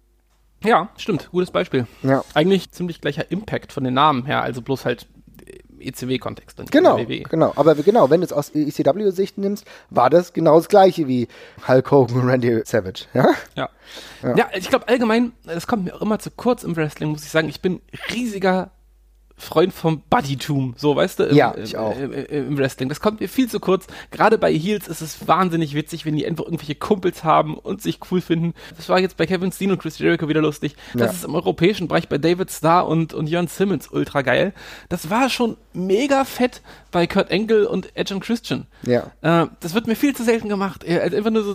Ja, stimmt. Gutes Beispiel. Ja. Eigentlich ziemlich gleicher Impact von den Namen her, also bloß halt E C W-Kontext. Genau, W W E. genau. Aber genau, wenn du es aus E C W-Sicht nimmst, war das genau das Gleiche wie Hulk Hogan und Randy Savage. Ja, ja. ja. ja ich glaube allgemein, das kommt mir auch immer zu kurz im Wrestling, muss ich sagen. Ich bin riesiger Freund vom Buddytum, so, weißt du, im, ja, ich auch. Im, im, im Wrestling. Das kommt mir viel zu kurz. Gerade bei Heels ist es wahnsinnig witzig, wenn die einfach irgendwelche Kumpels haben und sich cool finden. Das war jetzt bei Kevin Steen und Chris Jericho wieder lustig. Das ja. ist im europäischen Bereich bei David Starr und, und Jörn Simmons ultra geil. Das war schon mega fett bei Kurt Angle und Edge und Christian. Ja. Äh, das wird mir viel zu selten gemacht. Also einfach nur so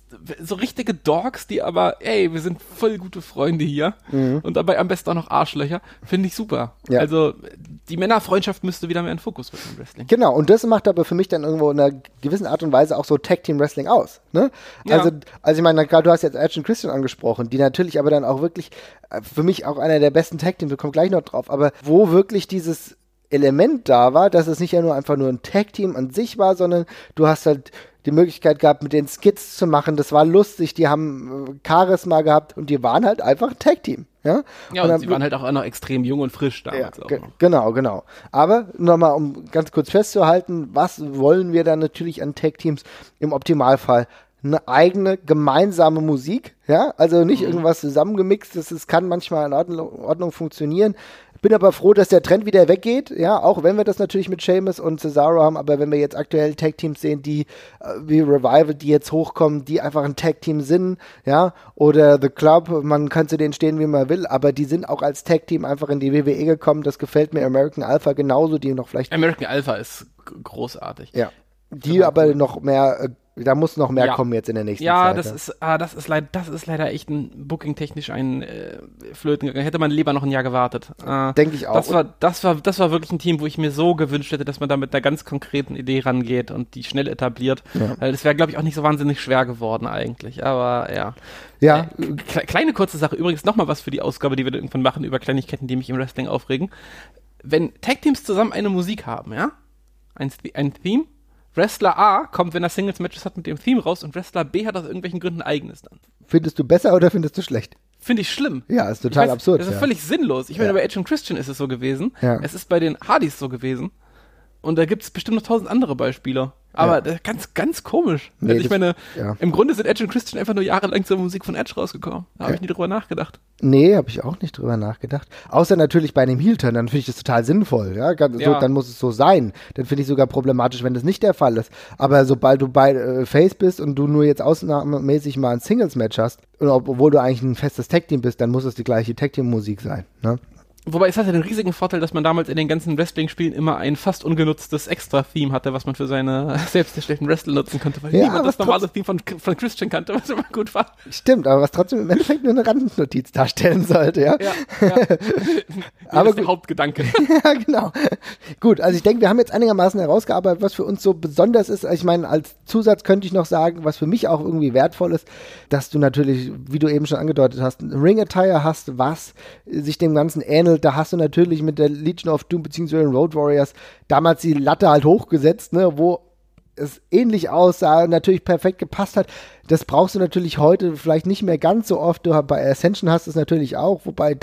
so richtige Dogs, die aber, ey, wir sind voll gute Freunde hier mhm. und dabei am besten auch noch Arschlöcher, finde ich super. Ja. Also die Männerfreundschaft müsste wieder mehr in den Fokus rücken im Wrestling. Genau, und das macht aber für mich dann irgendwo in einer gewissen Art und Weise auch so Tag-Team-Wrestling aus. Ne? Ja. Also, also ich meine, gerade du hast jetzt Edge und Christian angesprochen, die natürlich aber dann auch wirklich, für mich auch einer der besten Tag-Teams, wir kommen gleich noch drauf, aber wo wirklich dieses Element da war, dass es nicht ja nur einfach nur ein Tag-Team an sich war, sondern du hast halt die Möglichkeit gehabt, mit den Skits zu machen. Das war lustig, die haben Charisma gehabt und die waren halt einfach ein Tag-Team. Ja, ja und, und dann, sie waren halt auch noch extrem jung und frisch damals. Ja, auch ge- genau, genau. Aber nochmal, um ganz kurz festzuhalten, was wollen wir dann natürlich an Tag-Teams im Optimalfall? Eine eigene gemeinsame Musik, ja, also nicht mhm. irgendwas zusammengemixt, das, das kann manchmal in Ordnung, Ordnung funktionieren. Bin aber froh, dass der Trend wieder weggeht, ja, auch wenn wir das natürlich mit Sheamus und Cesaro haben, aber wenn wir jetzt aktuell Tag-Teams sehen, die äh, wie Revival, die jetzt hochkommen, die einfach ein Tag-Team sind, ja, oder The Club, man kann zu denen stehen, wie man will, aber die sind auch als Tag-Team einfach in die W W E gekommen, das gefällt mir American Alpha genauso, die noch vielleicht... American Alpha ist g- großartig. Ja, die aber cool. noch mehr... Äh, Da muss noch mehr ja. kommen jetzt in der nächsten ja, Zeit. Das ja, ist, ah, das ist leider, das ist leider echt ein Booking-technisch ein äh, Flöten gegangen. Hätte man lieber noch ein Jahr gewartet. Äh, Denke ich auch. Das war, das war, das war wirklich ein Team, wo ich mir so gewünscht hätte, dass man da mit einer ganz konkreten Idee rangeht und die schnell etabliert. Ja. Weil das wäre, glaube ich, auch nicht so wahnsinnig schwer geworden eigentlich. Aber ja. Ja. Äh, kle- kleine kurze Sache. Übrigens nochmal was für die Ausgabe, die wir irgendwann machen über Kleinigkeiten, die mich im Wrestling aufregen. Wenn Tag-Teams zusammen eine Musik haben, ja, ein, ein Theme, Wrestler A kommt, wenn er Singles-Matches hat, mit dem Theme raus und Wrestler B hat aus irgendwelchen Gründen ein eigenes dann. Findest du besser oder findest du schlecht? Finde ich schlimm. Ja, ist total weiß, absurd. Das ist ja. völlig sinnlos. Ich ja. meine, bei Edge und Christian ist es so gewesen. Ja. Es ist bei den Hardys so gewesen. Und da gibt es bestimmt noch tausend andere Beispiele. Aber ja. das ist ganz, ganz komisch. Nee, also ich das, meine, ja. im Grunde sind Edge und Christian einfach nur jahrelang zur Musik von Edge rausgekommen. Da habe ja. ich nie drüber nachgedacht. Nee, habe ich auch nicht drüber nachgedacht. Außer natürlich bei einem Heel-Turn, dann finde ich das total sinnvoll. Ja? So, ja. Dann muss es so sein. Dann finde ich sogar problematisch, wenn das nicht der Fall ist. Aber sobald du bei äh, Face bist und du nur jetzt ausnahmemäßig mal ein Singles-Match hast, und obwohl du eigentlich ein festes Tag-Team bist, dann muss es die gleiche Tag-Team-Musik sein. Ne? Wobei es hatte den riesigen Vorteil, dass man damals in den ganzen Wrestling-Spielen immer ein fast ungenutztes Extra-Theme hatte, was man für seine selbst erstellten Wrestler nutzen konnte, weil ja, niemand das normale Theme von, von Christian kannte, was immer gut war. Stimmt, aber was trotzdem im Endeffekt nur eine Randnotiz darstellen sollte, ja? Ja, ja. Aber das ist der Hauptgedanke. Ja, genau. Gut, also ich denke, wir haben jetzt einigermaßen herausgearbeitet, was für uns so besonders ist. Ich meine, als Zusatz könnte ich noch sagen, was für mich auch irgendwie wertvoll ist, dass du natürlich, wie du eben schon angedeutet hast, ein Ring-Attire hast, was sich dem Ganzen ähnelt. Da hast du natürlich mit der Legion of Doom bzw. den Road Warriors damals die Latte halt hochgesetzt, ne, wo es ähnlich aussah, natürlich perfekt gepasst hat. Das brauchst du natürlich heute vielleicht nicht mehr ganz so oft. Du bei Ascension hast du es natürlich auch, wobei da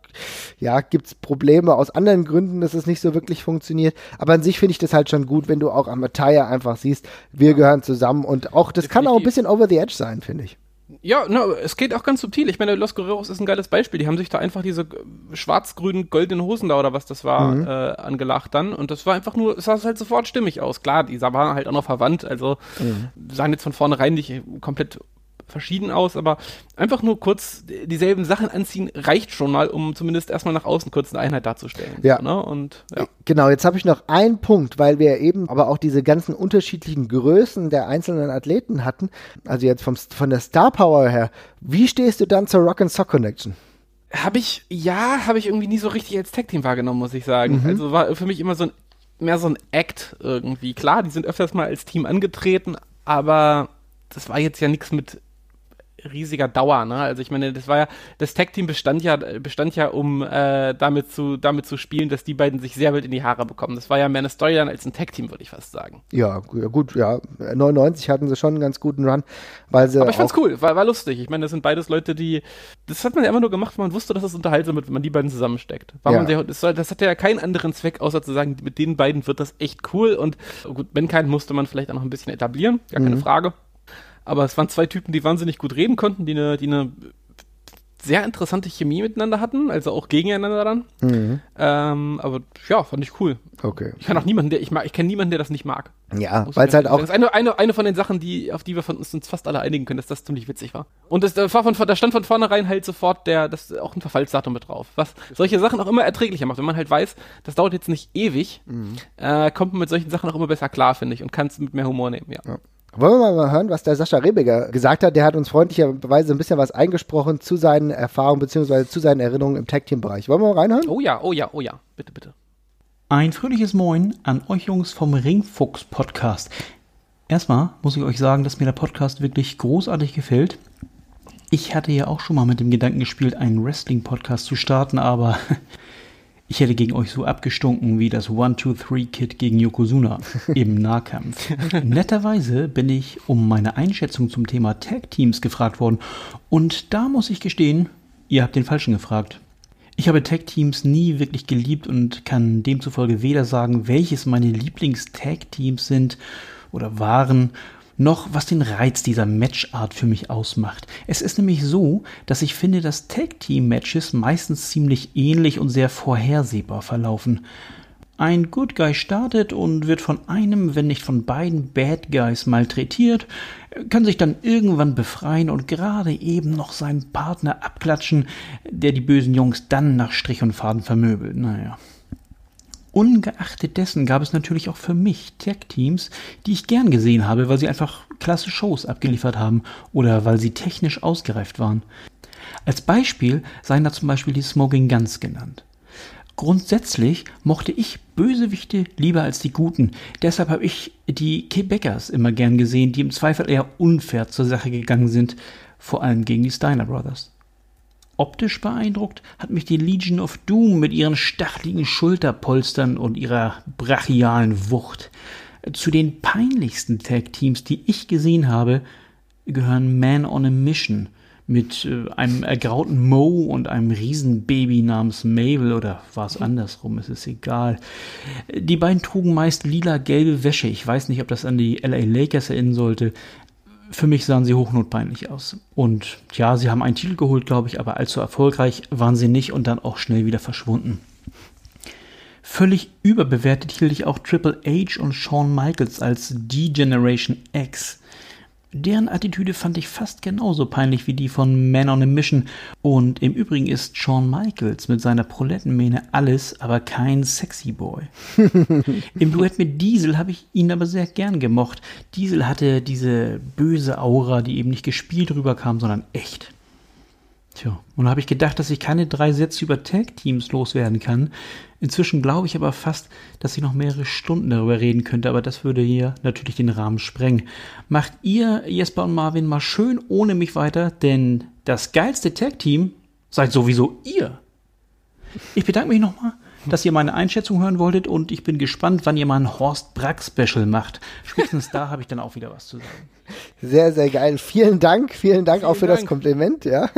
ja, gibt es Probleme aus anderen Gründen, dass es nicht so wirklich funktioniert. Aber an sich finde ich das halt schon gut, wenn du auch am Attire einfach siehst, wir gehören zusammen und auch, das kann auch ein bisschen over the edge sein, finde ich. Ja, no, es geht auch ganz subtil. Ich meine, Los Guerreros ist ein geiles Beispiel. Die haben sich da einfach diese schwarz-grünen, goldenen Hosen da oder was das war, mhm. äh, angelacht dann. Und das war einfach nur, es sah halt sofort stimmig aus. Klar, die waren halt auch noch verwandt, also mhm. sahen jetzt von vornherein nicht komplett verschieden aus, aber einfach nur kurz dieselben Sachen anziehen reicht schon mal, um zumindest erstmal nach außen kurz eine Einheit darzustellen. Ja. So, ne? Und, ja. Genau, jetzt habe ich noch einen Punkt, weil wir eben aber auch diese ganzen unterschiedlichen Größen der einzelnen Athleten hatten, also jetzt vom, von der Star Power her. Wie stehst du dann zur Rock and Sock Connection? Habe ich, ja, habe ich irgendwie nie so richtig als Tag-Team wahrgenommen, muss ich sagen. Mhm. Also war für mich immer so ein, mehr so ein Act irgendwie. Klar, die sind öfters mal als Team angetreten, aber das war jetzt ja nichts mit riesiger Dauer, ne? Also ich meine, das war ja, das Tag-Team bestand ja, bestand ja, um äh, damit zu, damit zu spielen, dass die beiden sich sehr wild in die Haare bekommen. Das war ja mehr eine Storyline als ein Tag-Team, würde ich fast sagen. Ja, gut, ja. neunundneunzig hatten sie schon einen ganz guten Run, weil sie. Aber ich fand's cool, war, war lustig. Ich meine, das sind beides Leute, die, das hat man ja immer nur gemacht, wenn man wusste, dass es unterhaltsam wird, wenn man die beiden zusammensteckt. War ja. man sehr, das, das hatte ja keinen anderen Zweck, außer zu sagen, mit den beiden wird das echt cool und gut, Mankind musste man vielleicht auch noch ein bisschen etablieren, gar keine mhm. Frage. Aber es waren zwei Typen, die wahnsinnig gut reden konnten, die eine, die eine sehr interessante Chemie miteinander hatten, also auch gegeneinander dann. Mhm. Ähm, aber ja, fand ich cool. Okay. Ich kann auch niemanden, der ich mag, ich kenne niemanden, der das nicht mag. Ja, weil es halt auch. Das ist eine, eine, eine von den Sachen, die, auf die wir von uns, uns fast alle einigen können, dass das ziemlich witzig war. Und das, da, war von, da stand von vornherein halt sofort der, das auch ein Verfallsdatum mit drauf. Was solche Sachen auch immer erträglicher macht. Wenn man halt weiß, das dauert jetzt nicht ewig, mhm. äh, kommt man mit solchen Sachen auch immer besser klar, finde ich, und kann es mit mehr Humor nehmen, ja. ja. Wollen wir mal hören, was der Sascha Rebiger gesagt hat? Der hat uns freundlicherweise ein bisschen was eingesprochen zu seinen Erfahrungen bzw. zu seinen Erinnerungen im Tag-Team-Bereich. Wollen wir mal reinhören? Oh ja, oh ja, oh ja. Bitte, bitte. Ein fröhliches Moin an euch Jungs vom Ringfuchs-Podcast. Erstmal muss ich euch sagen, dass mir der Podcast wirklich großartig gefällt. Ich hatte ja auch schon mal mit dem Gedanken gespielt, einen Wrestling-Podcast zu starten, aber ich hätte gegen euch so abgestunken wie das one two three Kid gegen Yokozuna im Nahkampf. Netterweise bin ich um meine Einschätzung zum Thema Tag-Teams gefragt worden. Und da muss ich gestehen, ihr habt den Falschen gefragt. Ich habe Tag-Teams nie wirklich geliebt und kann demzufolge weder sagen, welches meine Lieblings-Tag-Teams sind oder waren, noch was den Reiz dieser Matchart für mich ausmacht. Es ist nämlich so, dass ich finde, dass Tag-Team-Matches meistens ziemlich ähnlich und sehr vorhersehbar verlaufen. Ein Good Guy startet und wird von einem, wenn nicht von beiden Bad Guys malträtiert, kann sich dann irgendwann befreien und gerade eben noch seinen Partner abklatschen, der die bösen Jungs dann nach Strich und Faden vermöbelt. Naja. Ungeachtet dessen gab es natürlich auch für mich Tag-Teams, die ich gern gesehen habe, weil sie einfach klasse Shows abgeliefert haben oder weil sie technisch ausgereift waren. Als Beispiel seien da zum Beispiel die Smoking Guns genannt. Grundsätzlich mochte ich Bösewichte lieber als die Guten. Deshalb habe ich die Quebecers immer gern gesehen, die im Zweifel eher unfair zur Sache gegangen sind, vor allem gegen die Steiner Brothers. Optisch beeindruckt hat mich die Legion of Doom mit ihren stachligen Schulterpolstern und ihrer brachialen Wucht. Zu den peinlichsten Tag-Teams, die ich gesehen habe, gehören Man on a Mission mit äh, einem ergrauten Mo und einem Riesenbaby namens Mabel, oder war es andersrum, es ist egal. Die beiden trugen meist lila-gelbe Wäsche. Ich weiß nicht, ob das an die L A Lakers erinnern sollte. Für mich sahen sie hochnotpeinlich aus. Und ja, sie haben einen Titel geholt, glaube ich, aber allzu erfolgreich waren sie nicht und dann auch schnell wieder verschwunden. Völlig überbewertet hielt ich auch Triple H und Shawn Michaels als D-Generation X. Deren Attitüde fand ich fast genauso peinlich wie die von Man on a Mission. Und im Übrigen ist Shawn Michaels mit seiner Prolettenmähne alles, aber kein Sexy Boy. Im Duett mit Diesel habe ich ihn aber sehr gern gemocht. Diesel hatte diese böse Aura, die eben nicht gespielt rüberkam, sondern echt. Tja, und da habe ich gedacht, dass ich keine drei Sätze über Tag-Teams loswerden kann. Inzwischen glaube ich aber fast, dass ich noch mehrere Stunden darüber reden könnte, aber das würde hier natürlich den Rahmen sprengen. Macht ihr, Jesper und Marvin, mal schön ohne mich weiter, denn das geilste Tag-Team seid sowieso ihr. Ich bedanke mich nochmal. dass ihr meine Einschätzung hören wolltet und ich bin gespannt, wann ihr mal ein Horst Brack-Special macht. Spätestens da habe ich dann auch wieder was zu sagen. Sehr, sehr geil. Vielen Dank, vielen Dank vielen auch für Dank. Das Kompliment, ja.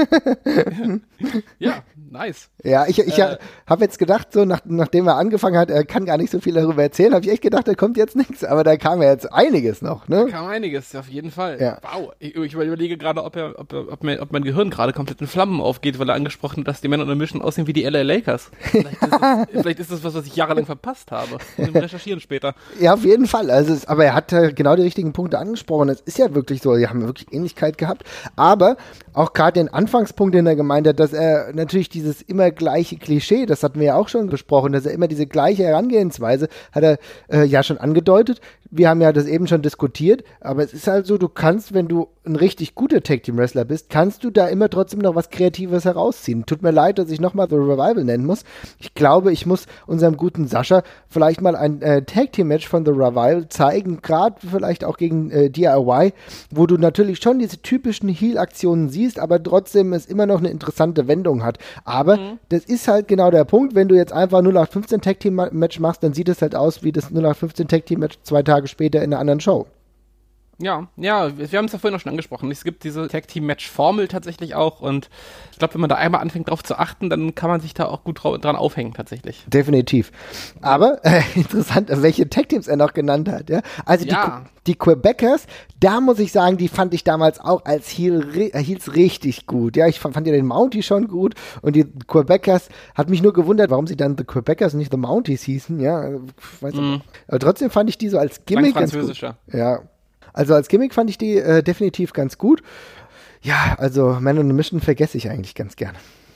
Ja, nice. Ja, ich, ich äh, habe jetzt gedacht, so nach, nachdem er angefangen hat, er kann gar nicht so viel darüber erzählen, habe ich echt gedacht, da kommt jetzt nichts, aber da kam ja jetzt einiges noch, ne? Da kam einiges, auf jeden Fall. Ja. Wow, ich, ich überlege gerade, ob, er, ob, er, ob, mein, ob mein Gehirn gerade komplett in Flammen aufgeht, weil er angesprochen hat, dass die Men on a Mission aussehen wie die L A Lakers. Vielleicht ist, das, vielleicht ist das was, was ich jahrelang verpasst habe. Mit dem Recherchieren später. Ja, auf jeden Fall. Also, es, aber er hat äh, genau die richtigen Punkte angesprochen. Es ist ja wirklich so, die haben wirklich Ähnlichkeit gehabt. Aber auch gerade den Anfangspunkt, den er gemeint hat, dass er natürlich dieses immer gleiche Klischee, das hatten wir ja auch schon besprochen, dass er immer diese gleiche Herangehensweise, hat er äh, ja schon angedeutet. Wir haben ja das eben schon diskutiert, aber es ist halt so, du kannst, wenn du ein richtig guter Tag-Team-Wrestler bist, kannst du da immer trotzdem noch was Kreatives herausziehen. Tut mir leid, dass ich nochmal The Revival nennen muss. Ich glaube, ich muss unserem guten Sascha vielleicht mal ein äh, Tag-Team-Match von The Revival zeigen, gerade vielleicht auch gegen äh, D I Y, wo du natürlich schon diese typischen Heel-Aktionen siehst, aber trotzdem es immer noch eine interessante Wendung hat. Aber mhm. das ist halt genau der Punkt, wenn du jetzt einfach null acht fünfzehn Tag-Team-Match machst, dann sieht es halt aus wie das null acht fünfzehn Tag-Team-Match zwei Tage später in einer anderen Show. Ja, ja, wir haben es ja vorhin auch schon angesprochen. Es gibt diese Tag-Team-Match-Formel tatsächlich auch und ich glaube, wenn man da einmal anfängt drauf zu achten, dann kann man sich da auch gut dran aufhängen tatsächlich. Definitiv. Aber äh, interessant, welche Tag-Teams er noch genannt hat. Ja? Also ja. die, die Quebecers, da muss ich sagen, die fand ich damals auch als Heel, Heels richtig gut. Ja, ich fand, fand ja den Mountie schon gut und die Quebecers hat mich nur gewundert, warum sie dann The Quebecers und nicht The Mounties hießen. Ja, weiß mm. aber trotzdem fand ich die so als Gimmick ganz gut. Ja. Also als Gimmick fand ich die äh, definitiv ganz gut. Ja, also Man on a Mission vergesse ich eigentlich ganz gerne.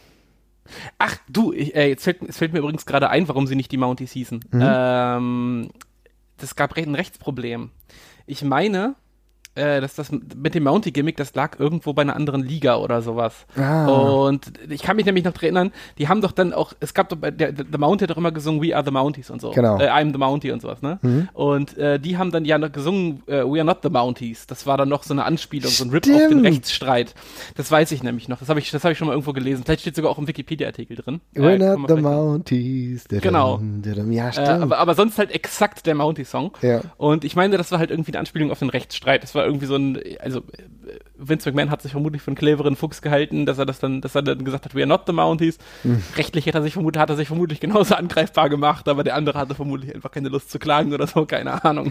Ach, du, ich, äh, jetzt fällt, es fällt mir übrigens gerade ein, warum sie nicht die Mounties hießen. Mhm. Ähm, das gab ein Rechtsproblem. Ich meine, äh, dass das mit dem Mountie-Gimmick, das lag irgendwo bei einer anderen Liga oder sowas. Ah. Und ich kann mich nämlich noch dran erinnern, die haben doch dann auch, es gab doch, der, der Mountie hat doch immer gesungen, We are the Mounties und so. Genau. Äh, I'm the Mountie und sowas, ne? Mhm. Und äh, die haben dann ja noch gesungen, äh, We are not the Mounties. Das war dann noch so eine Anspielung, so ein Rip auf den Rechtsstreit. Das weiß ich nämlich noch. Das habe ich, das hab ich schon mal irgendwo gelesen. Vielleicht steht sogar auch im Wikipedia-Artikel drin. We're äh, not the Mounties. Genau. Ja, stimmt. Äh, aber, aber sonst halt exakt der Mountie-Song. Ja. Und ich meine, das war halt irgendwie eine Anspielung auf den Rechtsstreit. Das war irgendwie so ein, also Vince McMahon hat sich vermutlich für einen cleveren Fuchs gehalten, dass er das dann, dass er dann gesagt hat, we are not the Mounties. Hm. Rechtlich hat er sich vermutlich, hat er sich vermutlich genauso angreifbar gemacht, aber der andere hatte vermutlich einfach keine Lust zu klagen oder so, keine Ahnung.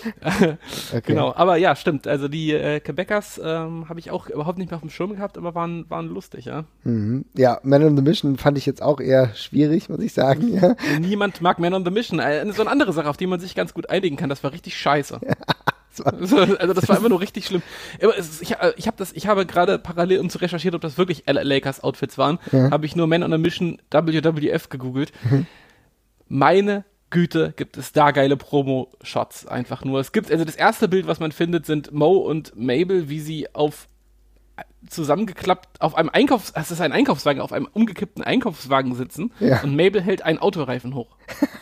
Okay. Genau, aber ja, stimmt. Also die äh, Quebecers ähm, habe ich auch überhaupt nicht mehr auf dem Schirm gehabt, aber waren, waren lustig, ja. Mhm. Ja, Man on the Mission fand ich jetzt auch eher schwierig, muss ich sagen. Ja. Niemand mag Man on the Mission. Also so eine andere Sache, auf die man sich ganz gut einigen kann. Das war richtig scheiße. Also das war einfach nur richtig schlimm. Ich, ich, hab das, ich habe gerade parallel, um zu recherchieren, ob das wirklich L A Lakers Outfits waren, ja. habe ich nur Man on a Mission W W F gegoogelt. Mhm. Meine Güte, gibt es da geile Promo-Shots einfach nur. Es gibt, also das erste Bild, was man findet, sind Mo und Mabel, wie sie auf zusammengeklappt auf einem Einkaufs... Es ist ein Einkaufswagen, auf einem umgekippten Einkaufswagen sitzen ja. und Mabel hält einen Autoreifen hoch.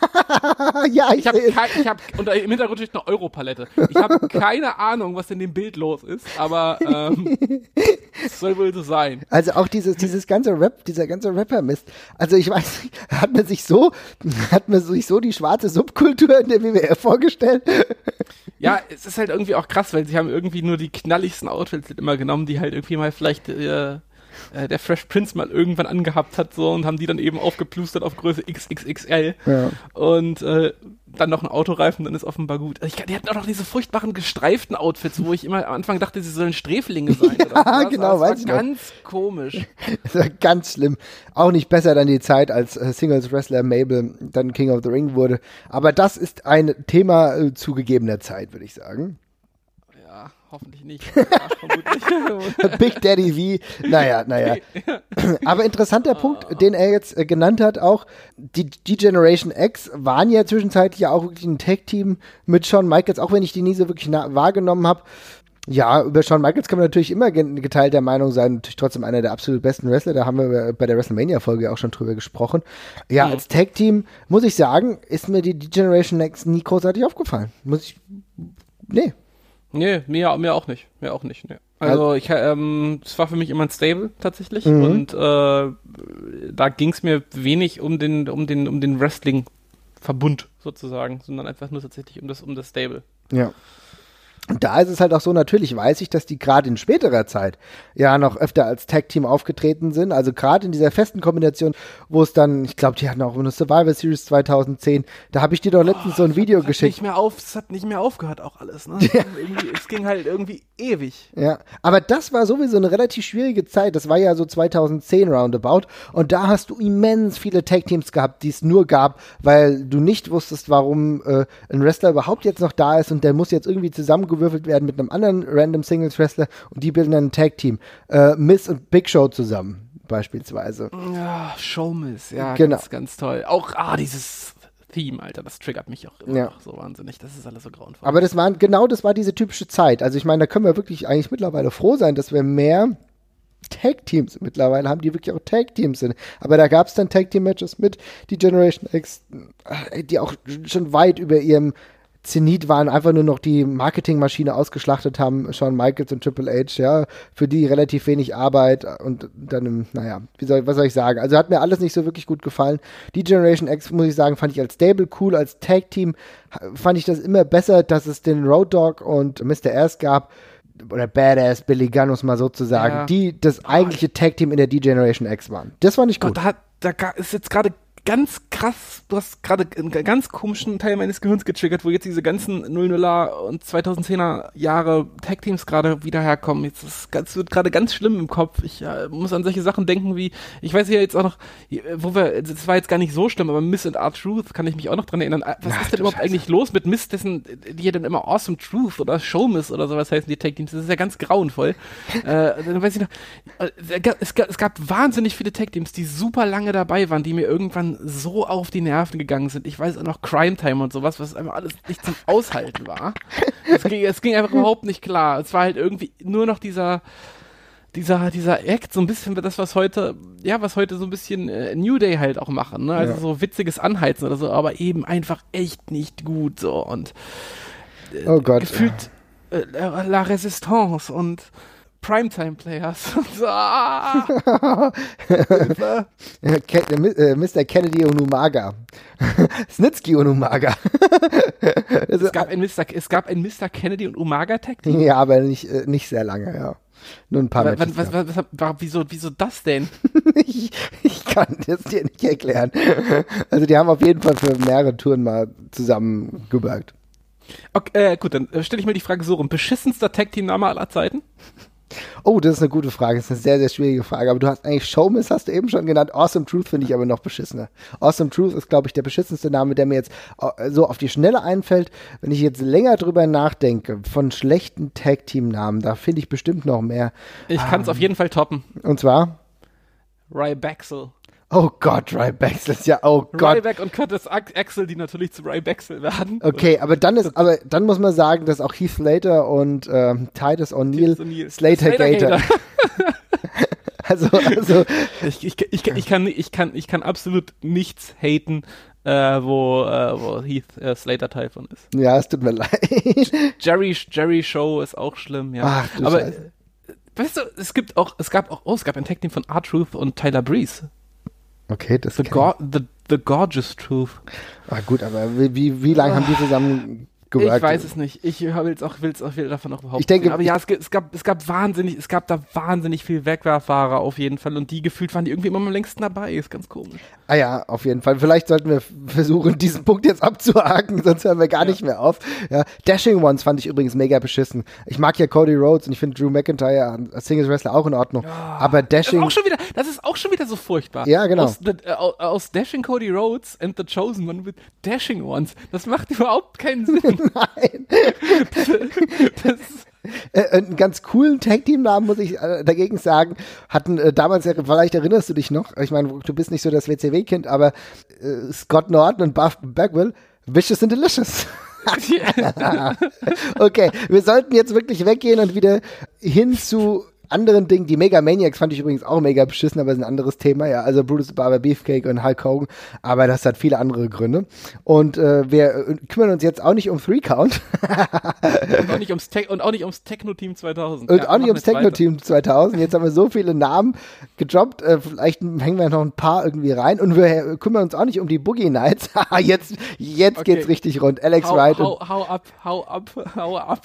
ja, ich, ich habe ich hab, und im Hintergrund steht eine Europalette. Ich habe keine Ahnung, was in dem Bild los ist, aber ähm, es soll wohl so sein. Also auch dieses, dieses ganze Rap, dieser ganze Rapper-Mist. Also ich weiß nicht, hat man sich so, hat man sich so die schwarze Subkultur in der W W F vorgestellt? Ja, es ist halt irgendwie auch krass, weil sie haben irgendwie nur die knalligsten Outfits immer genommen, die halt irgendwie mal vielleicht äh, äh, der Fresh Prince mal irgendwann angehabt hat, so, und haben die dann eben aufgeplustert auf Größe X X X L. Ja. Und äh, dann noch ein Autoreifen, dann ist offenbar gut. Ich, die hatten auch noch diese furchtbaren gestreiften Outfits, wo ich immer am Anfang dachte, sie sollen Sträflinge sein. Ja, oder so. genau, das war weiß ich ganz noch. komisch. Das war ganz schlimm. Auch nicht besser dann die Zeit, als äh, Singles-Wrestler Mabel dann King of the Ring wurde. Aber das ist ein Thema äh, zugegebener Zeit, würde ich sagen. Ja, hoffentlich nicht. Ja, vermutlich. Big Daddy V, naja, naja. Aber interessanter Punkt, den er jetzt äh, genannt hat, auch die G-Generation X waren ja zwischenzeitlich ja auch wirklich ein Tag-Team mit Shawn Michaels, auch wenn ich die nie so wirklich na- wahrgenommen habe. Ja, über Shawn Michaels kann man natürlich immer geteilter Meinung sein, natürlich trotzdem einer der absolut besten Wrestler, da haben wir bei der WrestleMania-Folge auch schon drüber gesprochen. Ja, mhm. Als Tag-Team, muss ich sagen, ist mir die G-Generation X nie großartig aufgefallen. Muss ich, nee. Nee, mir, mir auch nicht. Mir auch nicht, nee. Also ich, ähm, es war für mich immer ein Stable tatsächlich mhm. und äh, da ging es mir wenig um den, um den, um den Wrestling-Verbund sozusagen, sondern einfach nur tatsächlich um das, um das Stable. Ja. Und da ist es halt auch so, natürlich weiß ich, dass die gerade in späterer Zeit ja noch öfter als Tag-Team aufgetreten sind. Also gerade in dieser festen Kombination, wo es dann, ich glaube, die hatten auch eine Survivor Series zweitauszehn, da habe ich dir doch letztens oh, so ein Video hat, geschickt. Nicht mehr auf, es hat nicht mehr aufgehört auch alles, ne? Ja. Es ging halt irgendwie ewig. Ja, aber das war sowieso eine relativ schwierige Zeit. Das war ja so zweitausendzehn roundabout. Und da hast du immens viele Tag-Teams gehabt, die es nur gab, weil du nicht wusstest, warum äh, ein Wrestler überhaupt jetzt noch da ist und der muss jetzt irgendwie zusammengewürfelt werden mit einem anderen Random Singles Wrestler und die bilden dann ein Tag-Team. Äh, Miz und Big Show zusammen, beispielsweise. Ja, Show Miz, ja, genau. ganz, ganz toll. Auch, ah, dieses Theme, Alter, das triggert mich auch immer ja. noch so wahnsinnig. Das ist alles so grauenvoll. Aber das waren, genau das war diese typische Zeit. Also ich meine, da können wir wirklich eigentlich mittlerweile froh sein, dass wir mehr Tag-Teams mittlerweile haben, die wirklich auch Tag-Teams sind. Aber da gab es dann Tag-Team-Matches mit die Generation X, die auch schon weit über ihrem Zenit waren, einfach nur noch die Marketingmaschine ausgeschlachtet haben, Shawn Michaels und Triple H, ja, für die relativ wenig Arbeit und dann, naja, wie soll, was soll ich sagen? Also hat mir alles nicht so wirklich gut gefallen. Die Generation X, muss ich sagen, fand ich als Stable cool, als Tag-Team fand ich das immer besser, dass es den Road Dogg und Mister Ass gab, oder Badass Billy Gunn, muss mal so zu sagen, ja. die das eigentliche Tag-Team in der D-Generation X waren. Das fand ich gut. Gott, da, da ist jetzt gerade ganz krass, du hast gerade einen ganz komischen Teil meines Gehirns getriggert, wo jetzt diese ganzen null nuller und zweitausendzehner Jahre Tag-Teams gerade wieder herkommen. Jetzt ist ganz, wird gerade ganz schlimm im Kopf. Ich äh, muss an solche Sachen denken wie, ich weiß ja jetzt auch noch, wo wir, das war jetzt gar nicht so schlimm, aber Miz und R-Truth kann ich mich auch noch dran erinnern. Was Ach, ist denn überhaupt Scheiße. eigentlich los mit Miz, dessen, die ja dann immer Awesome Truth oder Show Miz oder sowas heißen, die Tag-Teams? Das ist ja ganz grauenvoll. äh, dann weiß ich noch, es gab, es gab wahnsinnig viele Tag-Teams, die super lange dabei waren, die mir irgendwann so auf die Nerven gegangen sind. Ich weiß auch noch Crime Time und sowas, was einfach alles nicht zum Aushalten war. Es ging, es ging einfach überhaupt nicht klar. Es war halt irgendwie nur noch dieser dieser dieser Act, so ein bisschen das, was heute, ja, was heute so ein bisschen äh, New Day halt auch machen, ne? Also ja. so witziges Anheizen oder so, aber eben einfach echt nicht gut so und äh, oh Gott. gefühlt äh, La Resistance und Primetime-Players. Mister Kennedy und Umaga. Snitsky und Umaga. es, gab ein Mister, es gab ein Mister Kennedy und Umaga-Tag-Team? Ja, aber nicht, nicht sehr lange, ja. Nur ein paar was, was, was, was, was, wieso, wieso das denn? ich, ich kann das dir nicht erklären. Also die haben auf jeden Fall für mehrere Touren mal zusammen gewirkt. Okay, äh, gut, dann äh, stelle ich mir die Frage so rum. Beschissenster Tag-Team-Name aller Zeiten? Oh, das ist eine gute Frage. Das ist eine sehr, sehr schwierige Frage. Aber du hast eigentlich Showmiss, hast du eben schon genannt. Awesome Truth finde ich aber noch beschissener. Awesome Truth ist, glaube ich, der beschissenste Name, der mir jetzt so auf die Schnelle einfällt. Wenn ich jetzt länger drüber nachdenke, von schlechten Tag-Team-Namen, da finde ich bestimmt noch mehr. Ich kann es um, auf jeden Fall toppen. Und zwar? Rybaxel. Oh Gott, Ryback ist ja, oh Gott. Ryback und Curtis Axel, die natürlich zu Rybaxel werden. Okay, aber dann ist, aber dann muss man sagen, dass auch Heath Slater und ähm, Titus O'Neil Slater Gator. also, also. Ich, ich, ich, ich, kann, ich, kann, ich kann absolut nichts haten, äh, wo, äh, wo Heath äh, Slater Teil von ist. Ja, es tut mir leid. Jerry, Jerry Show ist auch schlimm, ja. Ach, du aber, Scheiße. Weißt du, es gibt auch, es gab auch, oh, es gab ein Tag-Team von R-Truth und Tyler Breeze. Okay, das The, Go- the, the Gorgeous Truth. Ah, gut, aber wie, wie, wie lange haben die zusammen geworkt? Ich weiß es nicht. Ich will es auch, will's auch will davon auch überhaupt ich denke, nicht. Aber ja, es, es, gab, es gab wahnsinnig, es gab da wahnsinnig viel Wegwerfware auf jeden Fall und die gefühlt waren die irgendwie immer am längsten dabei. Ist ganz komisch. Ah ja, auf jeden Fall. Vielleicht sollten wir versuchen, diesen Punkt jetzt abzuhaken, sonst hören wir gar ja. nicht mehr auf. Ja, Dashing Ones fand ich übrigens mega beschissen. Ich mag ja Cody Rhodes und ich finde Drew McIntyre als Singles Wrestler auch in Ordnung. Oh, aber Dashing... Das ist, auch schon wieder, das ist auch schon wieder so furchtbar. Ja, genau. Aus, äh, aus Dashing Cody Rhodes and the Chosen One with Dashing Ones. Das macht überhaupt keinen Sinn. Nein. das äh, einen ganz coolen Tag-Team-Namen, muss ich äh, dagegen sagen, hatten äh, damals, äh, vielleicht erinnerst du dich noch, ich meine, du bist nicht so das W C W-Kind, aber äh, Scott Norton und Buff Bagwell, Vicious and Delicious. Okay, wir sollten jetzt wirklich weggehen und wieder hin zu anderen Dingen, die Mega Maniacs fand ich übrigens auch mega beschissen, aber ist ein anderes Thema, ja, also Brutus Barber Beefcake und Hulk Hogan, aber das hat viele andere Gründe. Und äh, wir äh, kümmern uns jetzt auch nicht um Three Count. und, auch nicht ums Te- und auch nicht ums Techno-Team zweitausend. Und ja, auch nicht ums Techno-Team zweitausend. Jetzt haben wir so viele Namen gedroppt, äh, vielleicht hängen wir noch ein paar irgendwie rein und wir kümmern uns auch nicht um die Boogie Nights. jetzt jetzt okay. geht's richtig rund. Alex hau, Wright. Hau, hau ab, hau ab, hau ab.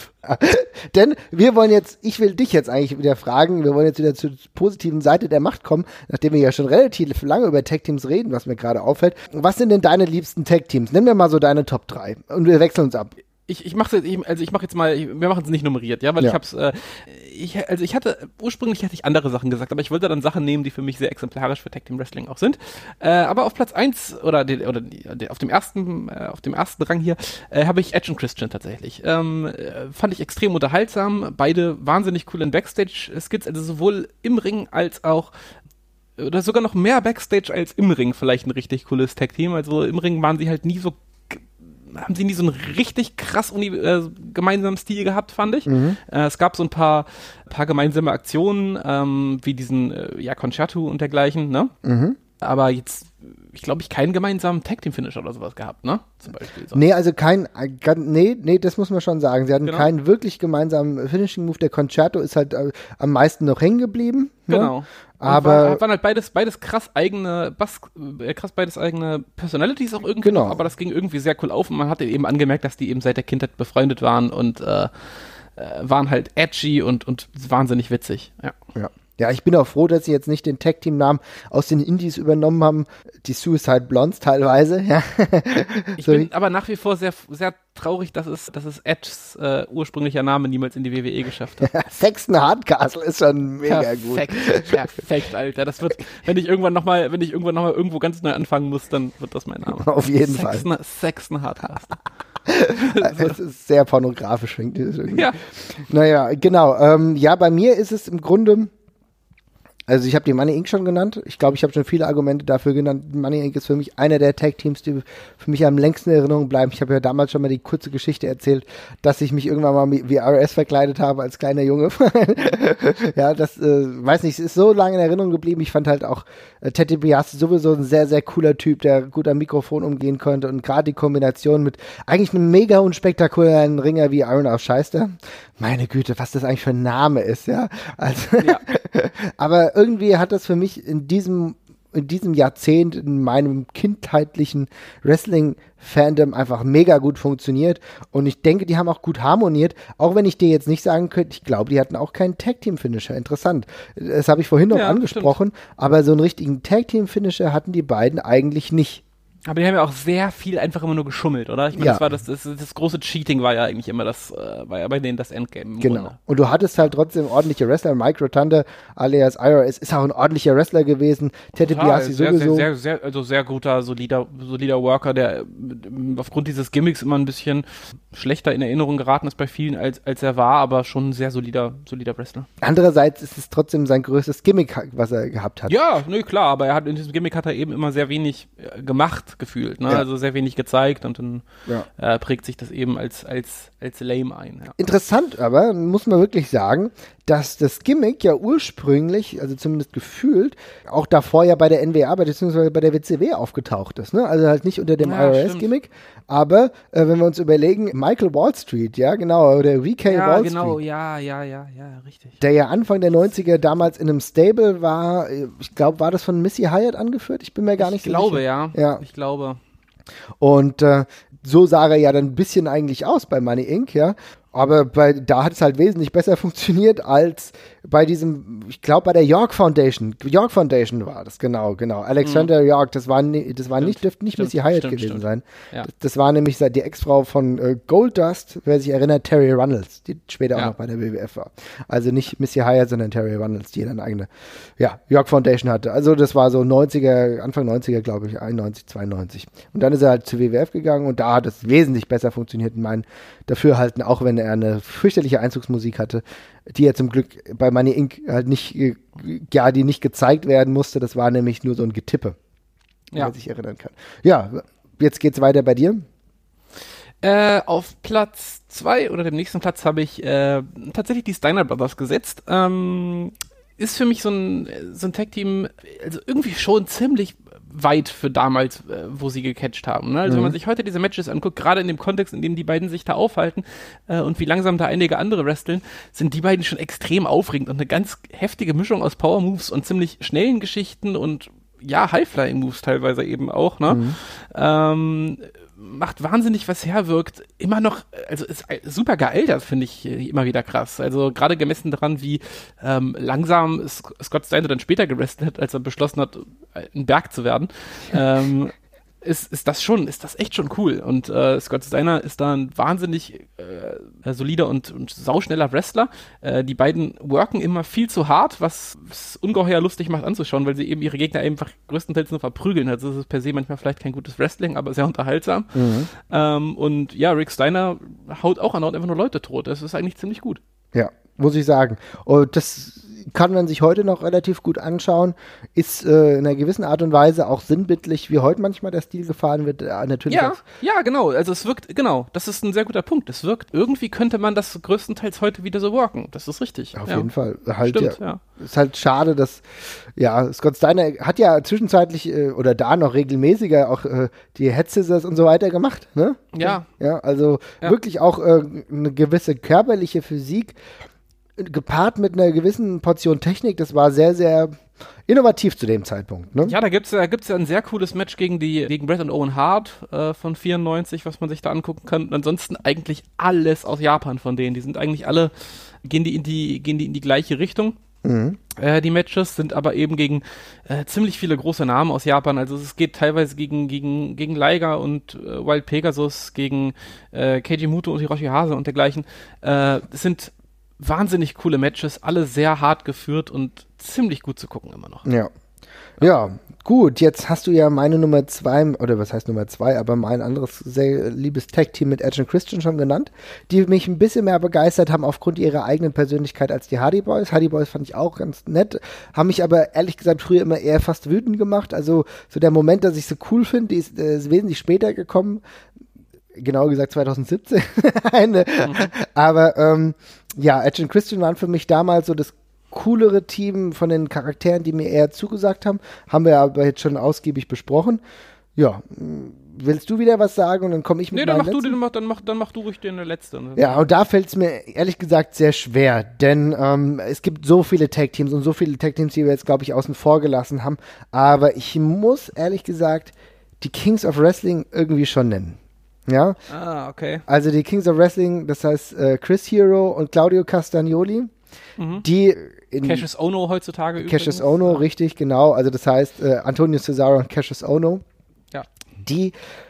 Denn wir wollen jetzt, ich will dich jetzt eigentlich wieder fragen, wir wollen jetzt wieder zur positiven Seite der Macht kommen, nachdem wir ja schon relativ lange über Tag-Teams reden, was mir gerade auffällt. Was sind denn deine liebsten Tag-Teams? Nimm mir mal so deine Top drei und wir wechseln uns ab. Ich, ich mache jetzt, also ich mache jetzt mal, ich, wir machen es nicht nummeriert, ja, weil ja. ich hab's, äh, ich, also ich hatte, ursprünglich hatte ich andere Sachen gesagt, aber ich wollte dann Sachen nehmen, die für mich sehr exemplarisch für Tag Team Wrestling auch sind. Äh, aber auf Platz eins oder, die, oder die, auf dem ersten, äh, auf dem ersten Rang hier äh, habe ich Edge und Christian tatsächlich. Ähm, äh, fand ich extrem unterhaltsam, beide wahnsinnig coolen Backstage-Skits, also sowohl im Ring als auch oder sogar noch mehr Backstage als im Ring vielleicht ein richtig cooles Tag Team. Also im Ring waren sie halt nie so haben sie nie so einen richtig krass uni- äh, gemeinsamen Stil gehabt, fand ich. Mhm. Äh, es gab so ein paar, paar gemeinsame Aktionen, ähm, wie diesen, äh, ja, Concerto und dergleichen, ne? Mhm. Aber jetzt, ich glaube, ich keinen gemeinsamen Tag-Team-Finisher oder sowas gehabt, ne? Zum Beispiel. So. Nee, also kein, nee, nee, das muss man schon sagen. Sie hatten genau. keinen wirklich gemeinsamen Finishing-Move. Der Concerto ist halt äh, am meisten noch hängen geblieben. Genau. Ne? Aber war, waren halt beides, beides krass eigene, Bass, äh, krass beides eigene Personalities auch irgendwie genau. noch, aber das ging irgendwie sehr cool auf und man hatte eben angemerkt, dass die eben seit der Kindheit befreundet waren und äh, äh, waren halt edgy und, und wahnsinnig witzig. Ja. Ja. Ja, ich bin auch froh, dass sie jetzt nicht den Tag-Team-Namen aus den Indies übernommen haben, die Suicide Blondes teilweise. Ja. Ich so bin aber nach wie vor sehr, sehr traurig, dass es, dass es Edges äh, ursprünglicher Name niemals in die W W E geschafft hat. Sexton Hardcastle ist schon mega perfekt, gut. Perfekt, Alter. Das wird, wenn ich irgendwann nochmal, wenn ich irgendwann nochmal irgendwo ganz neu anfangen muss, dann wird das mein Name. Auf jeden Sexton, Fall. Sexton Hardcastle. Es ist sehr pornografisch, klingt das irgendwie. Ja. Naja, genau. Ähm, ja, bei mir ist es im Grunde. Also ich habe die Money Incorporated schon genannt. Ich glaube, ich habe schon viele Argumente dafür genannt. Money Incorporated ist für mich einer der Tag-Teams, die für mich am längsten in Erinnerung bleiben. Ich habe ja damals schon mal die kurze Geschichte erzählt, dass ich mich irgendwann mal wie R S verkleidet habe als kleiner Junge. ja, das, äh, weiß nicht, es ist so lange in Erinnerung geblieben. Ich fand halt auch äh, Ted DiBiase sowieso ein sehr, sehr cooler Typ, der gut am Mikrofon umgehen konnte und gerade die Kombination mit eigentlich einem mega unspektakulären Ringer wie Iron auf Scheißter. Meine Güte, was das eigentlich für ein Name ist, ja. Also, ja. Aber irgendwie hat das für mich in diesem, in diesem Jahrzehnt, in meinem kindheitlichen Wrestling-Fandom einfach mega gut funktioniert. Und ich denke, die haben auch gut harmoniert. Auch wenn ich dir jetzt nicht sagen könnte, ich glaube, die hatten auch keinen Tag-Team-Finisher. Interessant. Das habe ich vorhin noch ja, angesprochen. Stimmt. Aber so einen richtigen Tag-Team-Finisher hatten die beiden eigentlich nicht. Aber die haben ja auch sehr viel einfach immer nur geschummelt, oder? Ich meine, ja. das war das, das, das große Cheating war ja eigentlich immer das, äh, war ja bei denen das Endgame. Im genau. Grunde. Und du hattest halt trotzdem ordentliche Wrestler. Mike Rotunda alias I R S ist auch ein ordentlicher Wrestler gewesen. Ted DiBiase sowieso. Sehr, sehr, sehr, also sehr guter, solider, solider Worker, der aufgrund dieses Gimmicks immer ein bisschen schlechter in Erinnerung geraten ist bei vielen, als, als er war, aber schon ein sehr solider, solider Wrestler. Andererseits ist es trotzdem sein größtes Gimmick, was er gehabt hat. Ja, nö, klar, aber er hat in diesem Gimmick hat er eben immer sehr wenig äh, gemacht gefühlt, ne? Ja. Also sehr wenig gezeigt und dann ja. äh, prägt sich das eben als, als, als lame ein. Ja. Interessant aber, muss man wirklich sagen, dass das Gimmick ja ursprünglich, also zumindest gefühlt, auch davor ja bei der N W A, beziehungsweise bei der W C W aufgetaucht ist, ne? Also halt nicht unter dem ja, I R S-Gimmick, aber äh, wenn wir uns überlegen, Michael Wall Street, ja genau, oder V K ja, Wall genau, Street. Ja, ja, ja, ja, richtig. Der ja Anfang der neunziger damals in einem Stable war, ich glaube, war das von Missy Hyatt angeführt? Ich bin mir gar nicht ich glaube, sicher. Ja. ja. Ich glaube. Und äh, so sah er ja dann ein bisschen eigentlich aus bei Money Incorporated, ja. Aber bei, da hat es halt wesentlich besser funktioniert als bei diesem, ich glaube bei der York Foundation. York Foundation war das, genau, genau. Alexander mhm. York, das war, das war nicht, dürfte nicht Missy Hyatt gewesen stimmt. sein. Ja. Das, das war nämlich die Ex-Frau von äh, Goldust, wer sich erinnert, Terry Runnels, die später ja. auch noch bei der W W F war. Also nicht Missy Hyatt, sondern Terry Runnels, die dann eigene, ja, York Foundation hatte. Also das war so neunziger, Anfang neunziger, glaube ich, einundneunzig, zweiundneunzig. Und dann ist er halt zur W W F gegangen und da hat es wesentlich besser funktioniert in meinen Dafürhalten, auch wenn er eine fürchterliche Einzugsmusik hatte, die ja zum Glück bei Money Incorporated halt nicht, ja, die nicht gezeigt werden musste. Das war nämlich nur so ein Getippe, wenn ja. man sich erinnern kann. Ja, jetzt geht's weiter bei dir. Äh, auf Platz zwei oder dem nächsten Platz habe ich äh, tatsächlich die Steiner Brothers gesetzt. Ähm, ist für mich so ein, so ein Tag-Team, also irgendwie schon ziemlich weit für damals, äh, wo sie gecatcht haben. Ne? Also mhm. wenn man sich heute diese Matches anguckt, gerade in dem Kontext, in dem die beiden sich da aufhalten äh, und wie langsam da einige andere wresteln, sind die beiden schon extrem aufregend und eine ganz heftige Mischung aus Power-Moves und ziemlich schnellen Geschichten und ja, High-Flying-Moves teilweise eben auch, ne? Mhm. Ähm, macht wahnsinnig was her, wirkt immer noch, also ist super gealtert, finde ich immer wieder krass. Also gerade gemessen daran, wie ähm, langsam Scott Steiner dann später gewrestelt hat, als er beschlossen hat, ein Berg zu werden. ähm, ist, ist das schon, ist das echt schon cool. Und äh, Scott Steiner ist da ein wahnsinnig äh, solider und, und sauschneller Wrestler. Äh, die beiden worken immer viel zu hart, was es ungeheuer lustig macht anzuschauen, weil sie eben ihre Gegner einfach größtenteils nur verprügeln. Also das ist per se manchmal vielleicht kein gutes Wrestling, aber sehr unterhaltsam. Mhm. Ähm, und ja, Rick Steiner haut auch an Ort einfach nur Leute tot. Das ist eigentlich ziemlich gut. Ja, muss ich sagen. Und das kann man sich heute noch relativ gut anschauen, ist äh, in einer gewissen Art und Weise auch sinnbildlich, wie heute manchmal der Stil gefahren wird. Äh, natürlich ja, ja, genau. Also es wirkt, genau, das ist ein sehr guter Punkt. Es wirkt, irgendwie könnte man das größtenteils heute wieder so worken. Das ist richtig. Auf ja. jeden Fall. Halt Stimmt, ja. ja. Ist halt schade, dass, ja, Scott Steiner hat ja zwischenzeitlich äh, oder da noch regelmäßiger auch äh, die Head Scissors und so weiter gemacht, ne? Ja. Ja, also ja. wirklich auch äh, eine gewisse körperliche Physik gepaart mit einer gewissen Portion Technik, das war sehr, sehr innovativ zu dem Zeitpunkt. Ne? Ja, da gibt's da gibt's ja ein sehr cooles Match gegen die gegen Bret und Owen Hart äh, von vierundneunzig, was man sich da angucken kann. Und ansonsten eigentlich alles aus Japan von denen. Die sind eigentlich alle, gehen die in die, gehen die in die gleiche Richtung. Mhm. Äh, die Matches sind aber eben gegen äh, ziemlich viele große Namen aus Japan. Also es geht teilweise gegen gegen gegen Liger und äh, Wild Pegasus, gegen äh, Keiji Muto und Hiroshi Hase und dergleichen. Äh, das sind wahnsinnig coole Matches, alle sehr hart geführt und ziemlich gut zu gucken immer noch. Ja. Ja, gut, jetzt hast du ja meine Nummer zwei, oder was heißt Nummer zwei, aber mein anderes sehr liebes Tag-Team mit Edge und Christian schon genannt, die mich ein bisschen mehr begeistert haben aufgrund ihrer eigenen Persönlichkeit als die Hardy Boys. Hardy Boys fand ich auch ganz nett, haben mich aber ehrlich gesagt früher immer eher fast wütend gemacht. Also so der Moment, dass ich sie cool finde, ist, äh, ist wesentlich später gekommen. Genauer gesagt zwanzig siebzehn. Eine. Mhm. Aber ähm, ja, Edge und Christian waren für mich damals so das coolere Team von den Charakteren, die mir eher zugesagt haben. Haben wir aber jetzt schon ausgiebig besprochen. Ja, willst du wieder was sagen und dann komme ich mit Nee, dann mach, du, dann, mach, dann, mach, dann mach du ruhig den letzte. Ja, und da fällt es mir ehrlich gesagt sehr schwer, denn ähm, es gibt so viele Tag-Teams und so viele Tag-Teams, die wir jetzt, glaube ich, außen vor gelassen haben. Aber ich muss ehrlich gesagt die Kings of Wrestling irgendwie schon nennen. Ja. Ah, okay. Also die Kings of Wrestling, das heißt äh, Chris Hero und Claudio Castagnoli, mhm. die in Cassius Ohno heutzutage Cassius übrigens. Ono, richtig, genau. Also das heißt äh, Antonio Cesaro und Cassius Ono, ja. die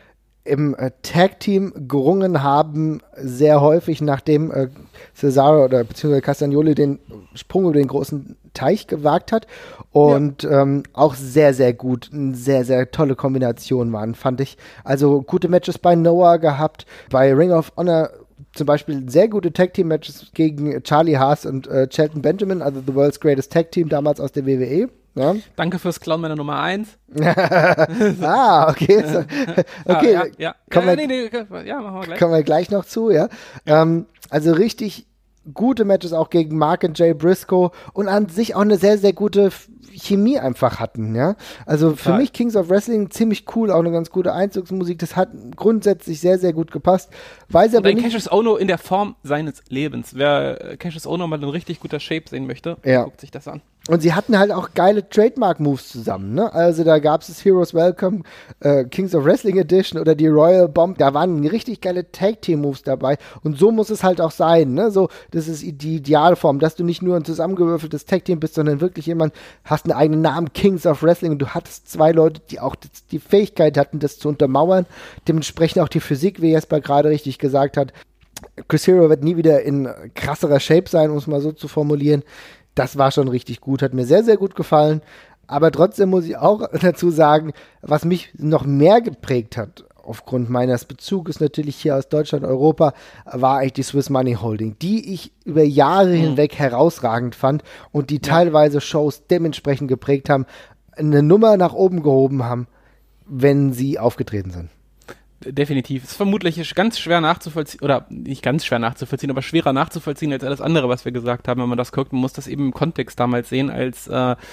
im äh, Tag-Team gerungen haben, sehr häufig, nachdem äh, Cesaro oder beziehungsweise Castagnoli den Sprung über den großen Teich gewagt hat und ja. ähm, auch sehr, sehr gut, eine sehr, sehr tolle Kombination waren, fand ich. Also gute Matches bei Noah gehabt, bei Ring of Honor zum Beispiel sehr gute Tag-Team-Matches gegen Charlie Haas und äh, Shelton Benjamin, also The World's Greatest Tag-Team damals aus der W W E. Ja. Danke fürs Klauen meiner Nummer eins. ah, okay. So, okay, ah, ja, ja. Kommen, ja, wir, nee, nee, ja, machen wir gleich. kommen wir gleich noch zu, ja. ja. Ähm, also richtig gute Matches auch gegen Mark und Jay Briscoe und an sich auch eine sehr, sehr gute Chemie einfach hatten, ja. Also für Total. mich Kings of Wrestling ziemlich cool, auch eine ganz gute Einzugsmusik, das hat grundsätzlich sehr, sehr gut gepasst. Weiß aber nicht... Cassius Ohno in der Form seines Lebens. Wer Cassius Ohno mal in richtig guter Shape sehen möchte, ja. guckt sich das an. Und sie hatten halt auch geile Trademark-Moves zusammen, ne? Also da gab es das Heroes Welcome, äh, Kings of Wrestling Edition oder die Royal Bomb. Da waren richtig geile Tag-Team-Moves dabei. Und so muss es halt auch sein, ne? So, das ist die Idealform, dass du nicht nur ein zusammengewürfeltes Tag-Team bist, sondern wirklich jemand, hast einen eigenen Namen, Kings of Wrestling, und du hattest zwei Leute, die auch die Fähigkeit hatten, das zu untermauern. Dementsprechend auch die Physik, wie Jesper gerade richtig gesagt hat. Chris Hero wird nie wieder in krasserer Shape sein, um es mal so zu formulieren. Das war schon richtig gut, hat mir sehr, sehr gut gefallen. Aber trotzdem muss ich auch dazu sagen, was mich noch mehr geprägt hat, aufgrund meines Bezuges natürlich hier aus Deutschland, Europa, war eigentlich die Swiss Money Holding, die ich über Jahre mhm. hinweg herausragend fand und die ja. teilweise Shows dementsprechend geprägt haben, eine Nummer nach oben gehoben haben, wenn sie aufgetreten sind. definitiv. Ist vermutlich ganz schwer nachzuvollziehen, oder nicht ganz schwer nachzuvollziehen, aber schwerer nachzuvollziehen als alles andere, was wir gesagt haben, wenn man das guckt. Man muss das eben im Kontext damals sehen, als äh, äh,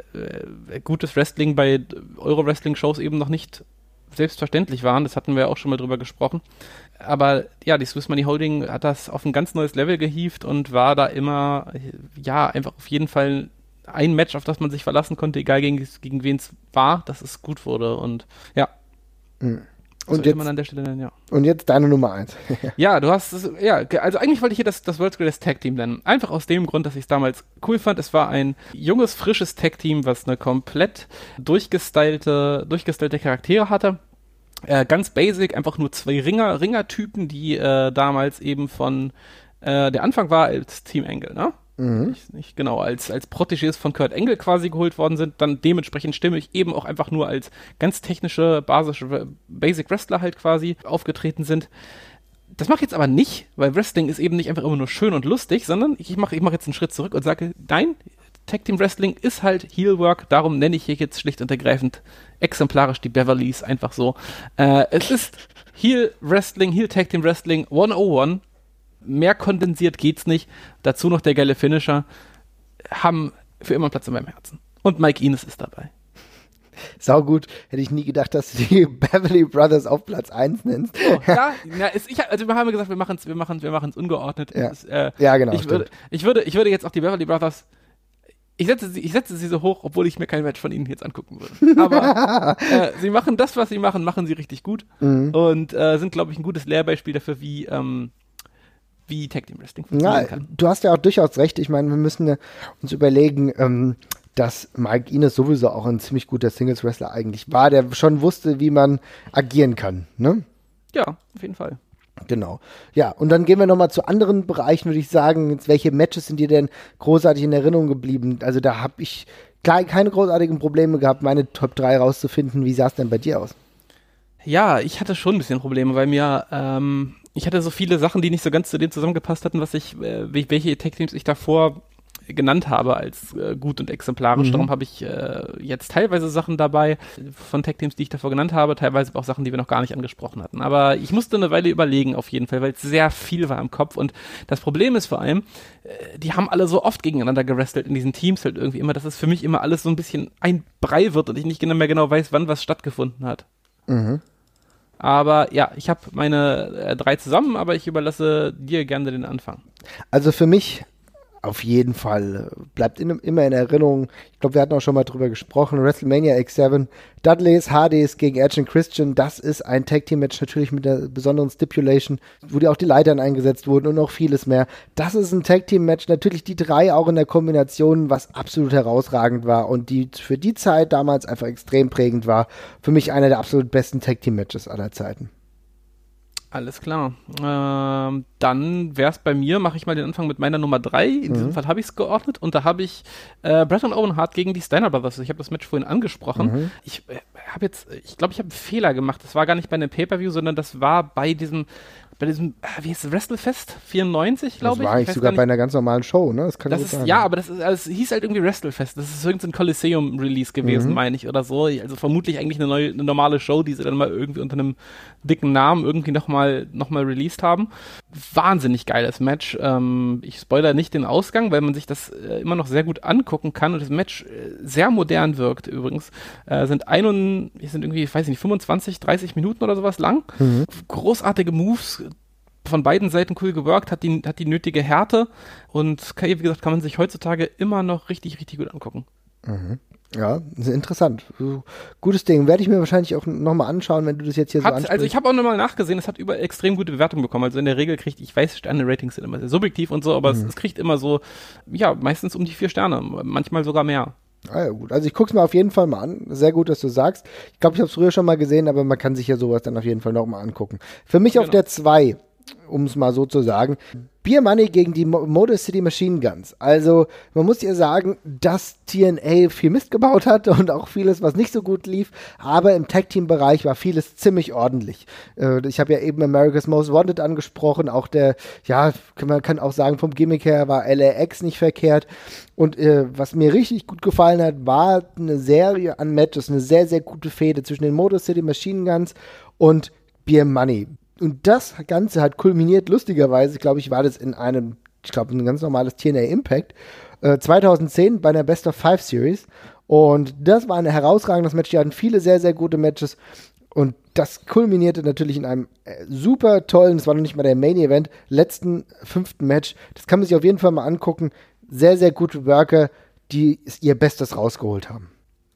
gutes Wrestling bei Euro-Wrestling-Shows eben noch nicht selbstverständlich waren. Das hatten wir auch schon mal drüber gesprochen. Aber ja, die Swiss Money Holding hat das auf ein ganz neues Level gehievt und war da immer, ja, einfach auf jeden Fall ein Match, auf das man sich verlassen konnte, egal gegen, gegen wen es war, dass es gut wurde. Und ja, mhm. Und jetzt, man an der Stelle nennen, ja. Und jetzt deine Nummer eins. Ja, du hast es, ja, also eigentlich wollte ich hier das, das World's Greatest Tag Team nennen. Einfach aus dem Grund, dass ich es damals cool fand. Es war ein junges, frisches Tag Team, was eine komplett durchgestylte, durchgestylte Charaktere hatte. Äh, ganz basic, einfach nur zwei Ringer, Ringertypen, die äh, damals eben von, äh, der Anfang war als Team Angle, ne? Mhm. Nicht, nicht genau, als, als Protégés von Kurt Angle quasi geholt worden sind, dann dementsprechend stimmig eben auch einfach nur als ganz technische, basische Basic Wrestler halt quasi aufgetreten sind. Das mache ich jetzt aber nicht, weil Wrestling ist eben nicht einfach immer nur schön und lustig, sondern ich mache ich mach jetzt einen Schritt zurück und sage, nein, Tag Team Wrestling ist halt Heel Work, darum nenne ich hier jetzt schlicht und ergreifend exemplarisch die Beverlys einfach so. Äh, es ist Heel Wrestling, Heel Tag Team Wrestling hundertundeins. Mehr kondensiert geht's nicht. Dazu noch der geile Finisher. Haben für immer einen Platz in meinem Herzen. Und Mike Ines ist dabei. Sau gut. Hätte ich nie gedacht, dass du die Beverly Brothers auf Platz eins nennst. Oh, ja, ja ist, ich, also wir haben gesagt, wir machen es wir machen's, wir machen's ungeordnet. Ja, ist, äh, ja genau. Ich würde, ich, würde, ich würde jetzt auch die Beverly Brothers, ich setze, sie, ich setze sie so hoch, obwohl ich mir kein Match von ihnen jetzt angucken würde. Aber äh, sie machen das, was sie machen, machen sie richtig gut. Mhm. Und äh, sind, glaube ich, ein gutes Lehrbeispiel dafür, wie ähm, wie Tag Team Wrestling funktionieren ja, kann. Du hast ja auch durchaus recht. Ich meine, wir müssen ja uns überlegen, ähm, dass Mike Ines sowieso auch ein ziemlich guter Singles-Wrestler eigentlich war, der schon wusste, wie man agieren kann, ne? Ja, auf jeden Fall. Genau. Ja, und dann gehen wir nochmal zu anderen Bereichen, würde ich sagen. Jetzt, welche Matches sind dir denn großartig in Erinnerung geblieben? Also da habe ich klar, keine großartigen Probleme gehabt, meine Top drei rauszufinden. Wie sah es denn bei dir aus? Ja, ich hatte schon ein bisschen Probleme, weil mir, ähm, ich hatte so viele Sachen, die nicht so ganz zu dem zusammengepasst hatten, was ich, äh, welche Tag-Teams ich davor genannt habe als äh, gut und exemplarisch. Mhm. Darum habe ich äh, jetzt teilweise Sachen dabei von Tag-Teams, die ich davor genannt habe, teilweise auch Sachen, die wir noch gar nicht angesprochen hatten. Aber ich musste eine Weile überlegen auf jeden Fall, weil es sehr viel war im Kopf. Und das Problem ist vor allem, äh, die haben alle so oft gegeneinander gewrestelt in diesen Teams halt irgendwie immer, dass es für mich immer alles so ein bisschen ein Brei wird und ich nicht genau mehr genau weiß, wann was stattgefunden hat. Mhm. Aber ja, ich habe meine äh, drei zusammen, aber ich überlasse dir gerne den Anfang. Also für mich auf jeden Fall bleibt in, immer in Erinnerung, ich glaube, wir hatten auch schon mal drüber gesprochen, WrestleMania X sieben, Dudleys, Hardys gegen Edge und Christian, das ist ein Tag-Team-Match natürlich mit der besonderen Stipulation, wo die auch die Leitern eingesetzt wurden und noch vieles mehr. Das ist ein Tag-Team-Match, natürlich die drei auch in der Kombination, was absolut herausragend war und die für die Zeit damals einfach extrem prägend war. Für mich einer der absolut besten Tag-Team-Matches aller Zeiten. Alles klar. Ähm, dann wäre es bei mir, mache ich mal den Anfang mit meiner Nummer drei. In mhm. diesem Fall habe ich es geordnet und da habe ich äh, Bret und Owen Hart gegen die Steiner Brothers. Ich habe das Match vorhin angesprochen. Mhm. Ich äh, habe jetzt, ich glaube, ich habe einen Fehler gemacht. Das war gar nicht bei einem Pay-Per-View, sondern das war bei diesem bei diesem, wie heißt es, WrestleFest vierundneunzig, glaube ich. Das war eigentlich sogar bei einer ganz normalen Show, ne? Das kann das ist, sein. Ja, aber das ist, also es hieß halt irgendwie WrestleFest. Das ist irgendein Coliseum-Release gewesen, mhm. meine ich, oder so. Also vermutlich eigentlich eine neue, eine normale Show, die sie dann mal irgendwie unter einem dicken Namen irgendwie nochmal noch mal released haben. Wahnsinnig geiles Match. Ähm, ich spoilere nicht den Ausgang, weil man sich das äh, immer noch sehr gut angucken kann und das Match äh, sehr modern wirkt übrigens. Äh, sind ein und, sind irgendwie, ich weiß nicht, fünfundzwanzig, dreißig Minuten oder sowas lang. Mhm. Großartige Moves, von beiden Seiten cool geworkt, hat die, hat die nötige Härte und wie gesagt, kann man sich heutzutage immer noch richtig, richtig gut angucken. Mhm. Ja, interessant. Gutes Ding. Werde ich mir wahrscheinlich auch nochmal anschauen, wenn du das jetzt hier hat, so ansprichst. Also ich habe auch nochmal nachgesehen, es hat über extrem gute Bewertungen bekommen. Also in der Regel kriegt, ich weiß, Sterne-Ratings sind immer sehr subjektiv und so, aber mhm. es, es kriegt immer so, ja, meistens um die vier Sterne, manchmal sogar mehr. Ah ja, gut. Also ich gucke es mir auf jeden Fall mal an. Sehr gut, dass du sagst. Ich glaube, ich habe es früher schon mal gesehen, aber man kann sich ja sowas dann auf jeden Fall nochmal angucken. Für mich genau. Auf der zwei, um es mal so zu sagen, Beer Money gegen die Mo- Motor City Machine Guns. Also man muss ja sagen, dass T N A viel Mist gebaut hat und auch vieles, was nicht so gut lief, aber im Tag-Team-Bereich war vieles ziemlich ordentlich. Äh, ich habe ja eben America's Most Wanted angesprochen, auch der, ja, man kann auch sagen, vom Gimmick her war L A X nicht verkehrt und äh, was mir richtig gut gefallen hat, war eine Serie an Matches, eine sehr, sehr gute Fehde zwischen den Motor City Machine Guns und Beer Money. Und das Ganze hat kulminiert, lustigerweise, glaube ich, war das in einem, ich glaube, ein ganz normales T N A Impact, äh, zweitausendzehn bei einer Best of Five Series. Und das war ein herausragendes Match. Die hatten viele sehr, sehr gute Matches. Und das kulminierte natürlich in einem äh, super tollen, das war noch nicht mal der Main Event, letzten fünften Match. Das kann man sich auf jeden Fall mal angucken. Sehr, sehr gute Worker, die ihr Bestes rausgeholt haben.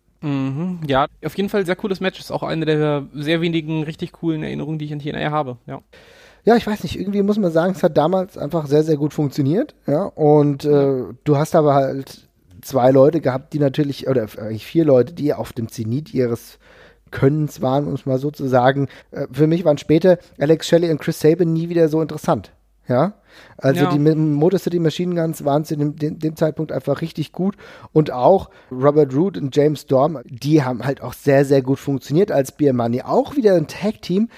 Mhm, ja, auf jeden Fall sehr cooles Match. Ist auch eine der sehr wenigen richtig coolen Erinnerungen, die ich an T N A habe. Ja. Ja, ich weiß nicht, irgendwie muss man sagen, es hat damals einfach sehr, sehr gut funktioniert. Ja, und äh, du hast aber halt zwei Leute gehabt, die natürlich, oder eigentlich vier Leute, die auf dem Zenit ihres Könnens waren, um es mal so zu sagen. Äh, für mich waren später Alex Shelley und Chris Sabin nie wieder so interessant. Ja, also ja. die Motor City Machine Guns waren zu dem, dem, dem Zeitpunkt einfach richtig gut und auch Robert Roode und James Storm, die haben halt auch sehr, sehr gut funktioniert als Beer Money. Auch wieder ein Tag-Team,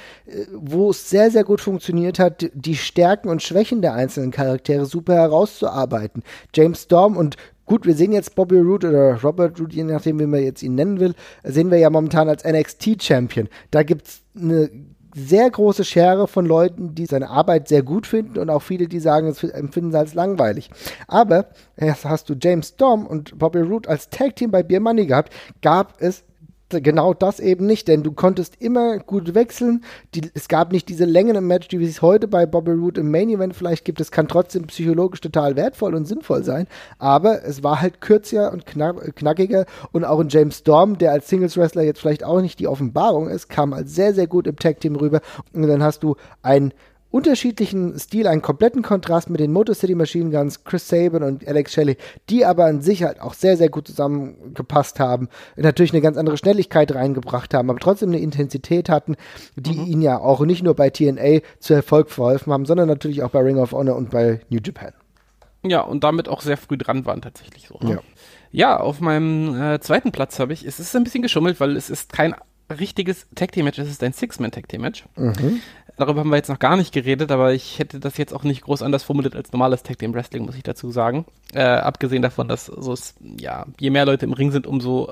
wo es sehr, sehr gut funktioniert hat, die Stärken und Schwächen der einzelnen Charaktere super herauszuarbeiten. James Storm und gut, wir sehen jetzt Bobby Roode oder Robert Roode, je nachdem, wie man jetzt ihn nennen will, sehen wir ja momentan als N X T-Champion. Da gibt's eine sehr große Schere von Leuten, die seine Arbeit sehr gut finden und auch viele, die sagen, es empfinden sie als langweilig. Aber erst hast du James Storm und Bobby Roode als Tag-Team bei Beer Money gehabt, gab es genau das eben nicht, denn du konntest immer gut wechseln. Die, es gab nicht diese Längen im Match, die es heute bei Bobby Roode im Main Event vielleicht gibt. Es kann trotzdem psychologisch total wertvoll und sinnvoll sein, aber es war halt kürzer und knack, knackiger und auch ein James Storm, der als Singles-Wrestler jetzt vielleicht auch nicht die Offenbarung ist, kam halt sehr, sehr gut im Tag-Team rüber und dann hast du ein unterschiedlichen Stil, einen kompletten Kontrast mit den Motor City Machine Guns, Chris Sabin und Alex Shelley, die aber an sich halt auch sehr, sehr gut zusammengepasst haben, natürlich eine ganz andere Schnelligkeit reingebracht haben, aber trotzdem eine Intensität hatten, die mhm. ihnen ja auch nicht nur bei T N A zu Erfolg verholfen haben, sondern natürlich auch bei Ring of Honor und bei New Japan. Ja, und damit auch sehr früh dran waren tatsächlich so. Ne? Ja. Ja, auf meinem äh, zweiten Platz habe ich, es ist ein bisschen geschummelt, weil es ist kein richtiges Tag-Team-Match, es ist ein Six-Man-Tag-Team-Match. Mhm. Darüber haben wir jetzt noch gar nicht geredet, aber ich hätte das jetzt auch nicht groß anders formuliert als normales Tag-Team-Wrestling, muss ich dazu sagen. Äh, abgesehen davon, dass so ist, ja, je mehr Leute im Ring sind, umso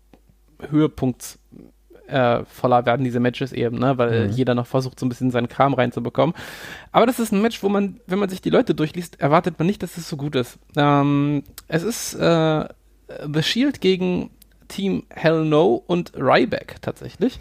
äh, Höhepunkt äh, voller werden diese Matches eben, ne, weil mhm. jeder noch versucht, so ein bisschen seinen Kram reinzubekommen. Aber das ist ein Match, wo man, wenn man sich die Leute durchliest, erwartet man nicht, dass es so gut ist. Ähm, es ist äh, The Shield gegen Team Hell No und Ryback tatsächlich.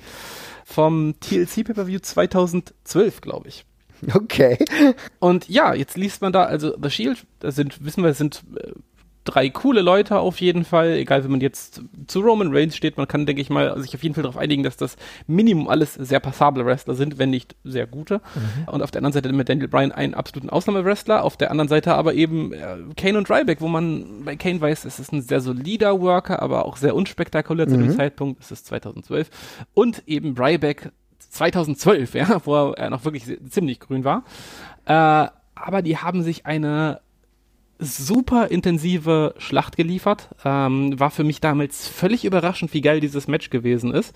Vom T L C Pay-Per-View zweitausendzwölf, glaube ich. Okay. Und ja, jetzt liest man da, also The Shield, da sind, wissen wir, es sind äh, drei coole Leute auf jeden Fall, egal wie man jetzt zu Roman Reigns steht, man kann, denke ich mal, sich auf jeden Fall darauf einigen, dass das Minimum alles sehr passable Wrestler sind, wenn nicht sehr gute. Mhm. Und auf der anderen Seite mit Daniel Bryan einen absoluten Ausnahmewrestler, auf der anderen Seite aber eben äh, Kane und Ryback, wo man bei Kane weiß, es ist ein sehr solider Worker, aber auch sehr unspektakulär zu mhm. dem Zeitpunkt, es ist zweitausendzwölf. Und eben Ryback zweitausendzwölf, ja, wo er noch wirklich ziemlich grün war. Äh, aber die haben sich eine super intensive Schlacht geliefert. Ähm, war für mich damals völlig überraschend, wie geil dieses Match gewesen ist.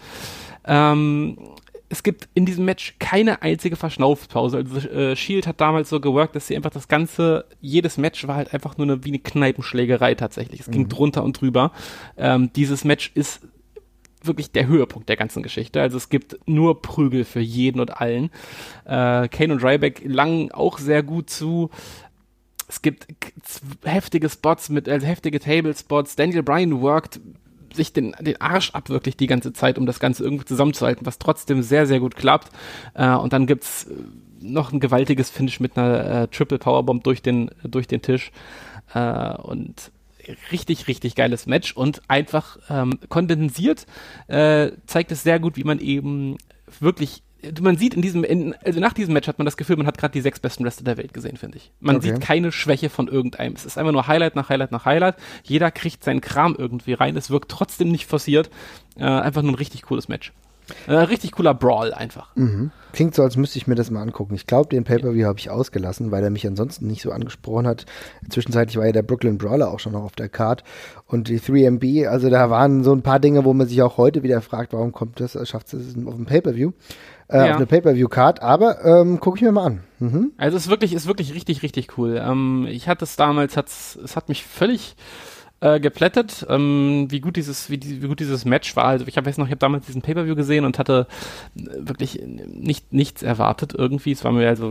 Ähm, es gibt in diesem Match keine einzige Verschnaufpause. Also äh, Shield hat damals so geworkt, dass sie einfach das ganze, jedes Match war halt einfach nur eine, wie eine Kneipenschlägerei tatsächlich. Es mhm. ging drunter und drüber. Ähm, dieses Match ist wirklich der Höhepunkt der ganzen Geschichte. Also es gibt nur Prügel für jeden und allen. Äh, Kane und Ryback langen auch sehr gut zu. Es gibt heftige Spots mit, also heftige Table-Spots. Daniel Bryan workt sich den, den Arsch ab wirklich die ganze Zeit, um das Ganze irgendwie zusammenzuhalten, was trotzdem sehr, sehr gut klappt. Äh, und dann gibt's noch ein gewaltiges Finish mit einer äh, Triple Powerbomb durch den, durch den Tisch. Äh, und richtig, richtig geiles Match und einfach ähm, kondensiert äh, zeigt es sehr gut, wie man eben wirklich, man sieht in diesem, in, also nach diesem Match hat man das Gefühl, man hat gerade die sechs besten Wrestler der Welt gesehen, finde ich. Man okay. sieht keine Schwäche von irgendeinem. Es ist einfach nur Highlight nach Highlight nach Highlight. Jeder kriegt seinen Kram irgendwie rein. Es wirkt trotzdem nicht forciert. Äh, einfach nur ein richtig cooles Match. Äh, richtig cooler Brawl einfach. Mhm. Klingt so, als müsste ich mir das mal angucken. Ich glaube, den Pay-Per-View habe ich ausgelassen, weil er mich ansonsten nicht so angesprochen hat. Zwischenzeitlich war ja der Brooklyn Brawler auch schon noch auf der Card und die drei M B, also da waren so ein paar Dinge, wo man sich auch heute wieder fragt, warum kommt das, schafft es auf dem Pay-Per-View, äh, ja. auf eine Pay-Per-View-Card, aber ähm, gucke ich mir mal an. Mhm. Also es ist wirklich, ist wirklich richtig, richtig cool. Ähm, ich hatte es damals, hat's, es hat mich völlig Äh, geplättet, ähm, wie gut dieses, wie, die, wie gut dieses Match war. Also ich habe jetzt noch, ich habe damals diesen Pay-Per-View gesehen und hatte wirklich nicht nichts erwartet irgendwie. Es war mir also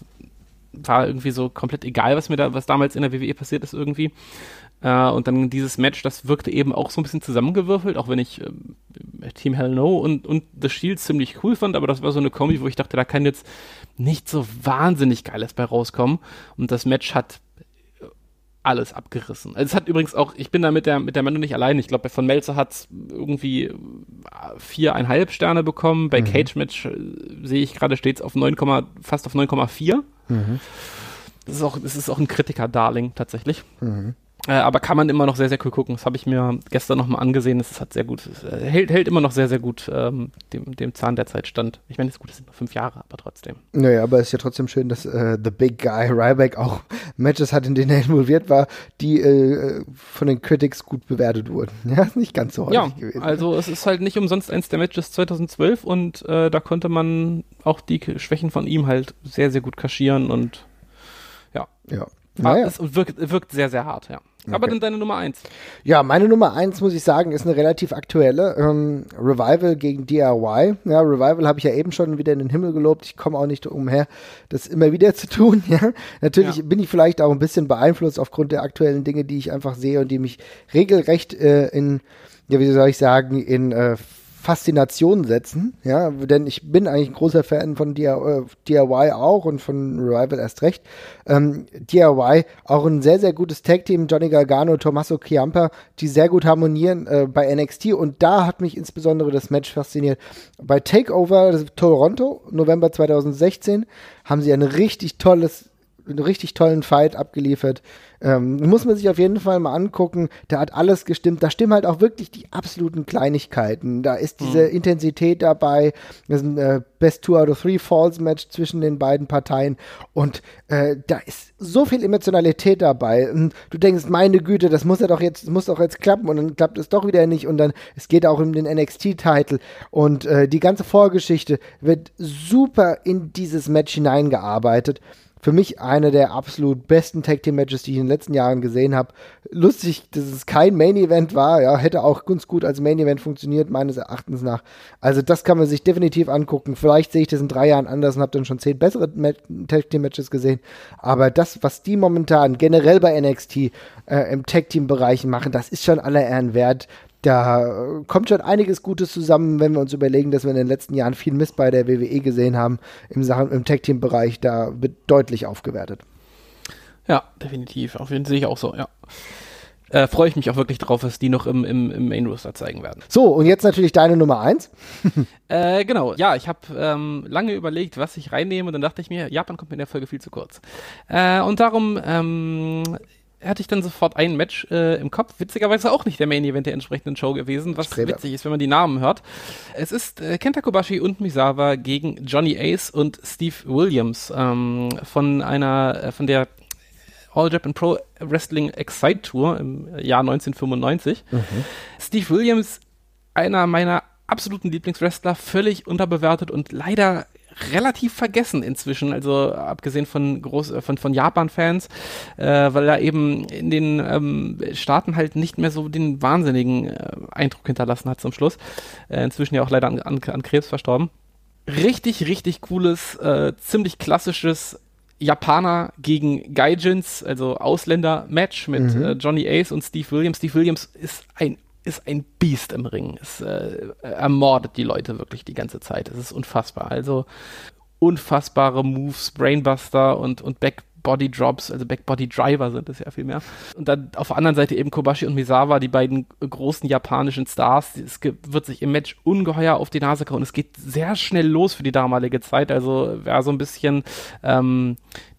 war irgendwie so komplett egal, was mir da, was damals in der W W E passiert ist irgendwie. Äh, und dann dieses Match, das wirkte eben auch so ein bisschen zusammengewürfelt, auch wenn ich äh, Team Hell No und, und The Shield ziemlich cool fand, aber das war so eine Kombi, wo ich dachte, da kann jetzt nicht so wahnsinnig Geiles bei rauskommen. Und das Match hat alles abgerissen. Also es hat übrigens auch, ich bin da mit der mit der Meinung nicht allein. Ich glaube, von Meltzer hat es irgendwie viereinhalb Sterne bekommen. Bei mhm. Cage Match äh, sehe ich gerade, steht es auf neun, fast auf neun Komma vier. Mhm. Das ist auch, das ist auch ein Kritiker-Darling tatsächlich. Mhm. Äh, aber kann man immer noch sehr, sehr cool gucken. Das habe ich mir gestern nochmal angesehen. Das hat sehr gut, es hält, hält immer noch sehr, sehr gut ähm, dem, dem Zahn der Zeit stand. Ich meine, es ist gut, es sind nur fünf Jahre, aber trotzdem. Naja, aber es ist ja trotzdem schön, dass äh, The Big Guy Ryback auch Matches hat, in denen er involviert war, die äh, von den Critics gut bewertet wurden. Ja, ist nicht ganz so häufig ja, gewesen. Also es ist halt nicht umsonst eins der Matches zweitausendzwölf und äh, da konnte man auch die Schwächen von ihm halt sehr, sehr gut kaschieren und ja. Ja. Naja. Es wirkt, wirkt sehr, sehr hart, ja. Okay. Aber dann deine Nummer eins. Ja, meine Nummer eins, muss ich sagen, ist eine relativ aktuelle. Ähm, Revival gegen D I Y. Ja, Revival habe ich ja eben schon wieder in den Himmel gelobt. Ich komme auch nicht umher, das immer wieder zu tun. Ja, natürlich ja. bin ich vielleicht auch ein bisschen beeinflusst aufgrund der aktuellen Dinge, die ich einfach sehe und die mich regelrecht äh, in, ja, wie soll ich sagen, in äh, Faszination setzen, ja, denn ich bin eigentlich ein großer Fan von D I Y auch und von Revival erst recht. Ähm, D I Y auch ein sehr, sehr gutes Tag-Team, Johnny Gargano, Tommaso Ciampa, die sehr gut harmonieren äh, bei N X T und da hat mich insbesondere das Match fasziniert. Bei Takeover Toronto, November zweitausendsechzehn, haben sie ein richtig tolles einen richtig tollen Fight abgeliefert. Ähm, muss man sich auf jeden Fall mal angucken. Da hat alles gestimmt. Da stimmen halt auch wirklich die absoluten Kleinigkeiten. Da ist diese mhm. Intensität dabei. Das ist ein äh, Best Two out of Three Falls Match zwischen den beiden Parteien. Und äh, da ist so viel Emotionalität dabei. Und du denkst, meine Güte, das muss ja doch jetzt, muss doch jetzt klappen. Und dann klappt es doch wieder nicht. Und dann, es geht auch um den N X T-Titel. Und äh, die ganze Vorgeschichte wird super in dieses Match hineingearbeitet. Für mich eine der absolut besten Tag-Team-Matches, die ich in den letzten Jahren gesehen habe. Lustig, dass es kein Main-Event war, ja, hätte auch ganz gut als Main-Event funktioniert, meines Erachtens nach. Also das kann man sich definitiv angucken. Vielleicht sehe ich das in drei Jahren anders und habe dann schon zehn bessere Tag-Team-Matches gesehen. Aber das, was die momentan generell bei N X T äh, im Tag-Team-Bereich machen, das ist schon aller Ehren wert. Da kommt schon einiges Gutes zusammen, wenn wir uns überlegen, dass wir in den letzten Jahren viel Mist bei der W W E gesehen haben im, Sachen, im Tag-Team-Bereich. Da wird deutlich aufgewertet. Ja, definitiv. Auf jeden Fall sehe ich auch so, ja. Äh, freue ich mich auch wirklich drauf, was die noch im, im, im Main-Roster zeigen werden. So, und jetzt natürlich deine Nummer eins. äh, genau, ja, ich habe ähm, lange überlegt, was ich reinnehme und dann dachte ich mir, Japan kommt mir in der Folge viel zu kurz. Äh, und darum ähm, hatte ich dann sofort ein Match äh, im Kopf. Witzigerweise auch nicht der Main-Event der entsprechenden Show gewesen, was Streber. Witzig ist, wenn man die Namen hört. Es ist äh, Kenta Kobashi und Misawa gegen Johnny Ace und Steve Williams ähm, von einer, äh, von der All Japan Pro Wrestling Excite Tour im Jahr neunzehnhundertfünfundneunzig. Mhm. Steve Williams, einer meiner absoluten Lieblingswrestler, völlig unterbewertet und leider relativ vergessen inzwischen, also abgesehen von groß, von, von Japan-Fans, äh, weil er eben in den ähm, Staaten halt nicht mehr so den wahnsinnigen äh, Eindruck hinterlassen hat zum Schluss. Äh, inzwischen ja auch leider an, an, an Krebs verstorben. Richtig, richtig cooles, äh, ziemlich klassisches Japaner gegen Gaijins, also Ausländer-Match mit mhm. äh, Johnny Ace und Steve Williams. Steve Williams ist ein ist ein Biest im Ring. Es äh, ermordet die Leute wirklich die ganze Zeit. Es ist unfassbar. Also unfassbare Moves, Brainbuster und, und Backbody Drops, also Backbody Driver sind es ja viel mehr. Und dann auf der anderen Seite eben Kobashi und Misawa, die beiden großen japanischen Stars. Es wird sich im Match ungeheuer auf die Nase kauen. Es geht sehr schnell los für die damalige Zeit. Also wer so ein bisschen ähm,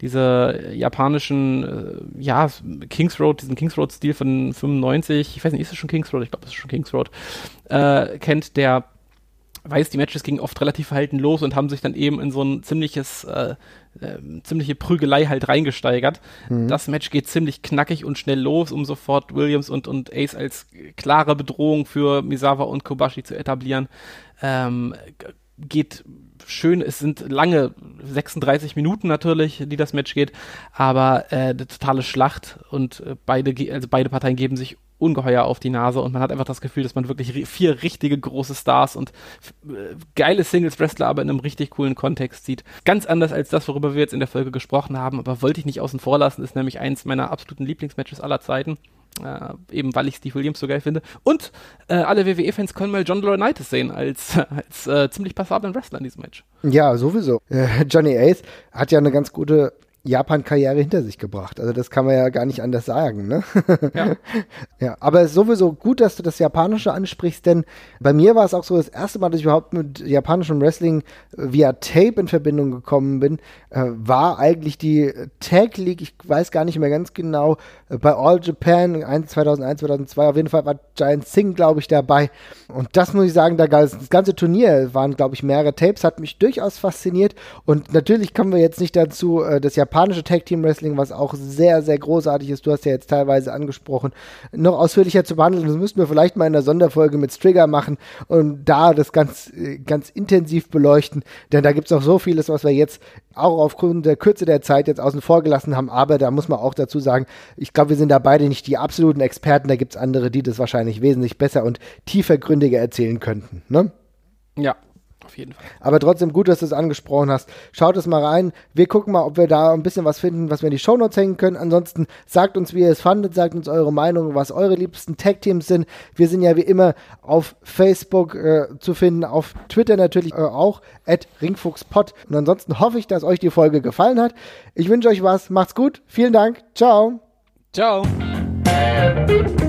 diese japanischen, äh, ja, Kings Road, diesen Kings Road-Stil von fünfundneunzig, ich weiß nicht, ist es schon Kings Road? Ich glaube, es ist schon Kings Road, äh, kennt, der weiß, die Matches gingen oft relativ verhalten los und haben sich dann eben in so ein ziemliches, äh, äh, ziemliche Prügelei halt reingesteigert. Mhm. Das Match geht ziemlich knackig und schnell los, um sofort Williams und, und Ace als klare Bedrohung für Misawa und Kobashi zu etablieren. Ähm, geht schön, es sind lange, sechsunddreißig Minuten natürlich, die das Match geht, aber äh, eine totale Schlacht und äh, beide, also beide Parteien geben sich ungeheuer auf die Nase und man hat einfach das Gefühl, dass man wirklich vier richtige große Stars und äh, geile Singles-Wrestler aber in einem richtig coolen Kontext sieht. Ganz anders als das, worüber wir jetzt in der Folge gesprochen haben, aber wollte ich nicht außen vor lassen, ist nämlich eins meiner absoluten Lieblingsmatches aller Zeiten. Äh, eben weil ich Steve Williams so geil finde. Und äh, alle W W E-Fans können mal John Laurinaitis sehen als, als äh, ziemlich passablen Wrestler in diesem Match. Ja, sowieso. Äh, Johnny Ace hat ja eine ganz gute Japan-Karriere hinter sich gebracht. Also das kann man ja gar nicht anders sagen, ne? Ja. Ja, aber es ist sowieso gut, dass du das Japanische ansprichst, denn bei mir war es auch so das erste Mal, dass ich überhaupt mit japanischem Wrestling via Tape in Verbindung gekommen bin, äh, war eigentlich die Tag League, ich weiß gar nicht mehr ganz genau, äh, bei All Japan zweitausendeins, zweitausendzwei, auf jeden Fall war Giant Singh, glaube ich, dabei. Und das muss ich sagen, da gab es das ganze Turnier, waren, glaube ich, mehrere Tapes, hat mich durchaus fasziniert und natürlich kommen wir jetzt nicht dazu, äh, das japanische Tag-Team-Wrestling, was auch sehr, sehr großartig ist, du hast ja jetzt teilweise angesprochen, noch ausführlicher zu behandeln. Das müssten wir vielleicht mal in einer Sonderfolge mit Strigger machen und da das ganz, ganz intensiv beleuchten, denn da gibt es auch so vieles, was wir jetzt auch aufgrund der Kürze der Zeit jetzt außen vor gelassen haben, aber da muss man auch dazu sagen, ich glaube, wir sind da beide nicht die absoluten Experten, da gibt es andere, die das wahrscheinlich wesentlich besser und tiefergründiger erzählen könnten, ne? Ja. Auf jeden Fall. Aber trotzdem gut, dass du es angesprochen hast. Schaut es mal rein. Wir gucken mal, ob wir da ein bisschen was finden, was wir in die Shownotes hängen können. Ansonsten sagt uns, wie ihr es fandet, sagt uns eure Meinung, was eure liebsten Tag-Teams sind. Wir sind ja wie immer auf Facebook äh, zu finden, auf Twitter natürlich äh, auch, at ringfuchspod. Und ansonsten hoffe ich, dass euch die Folge gefallen hat. Ich wünsche euch was. Macht's gut. Vielen Dank. Ciao. Ciao.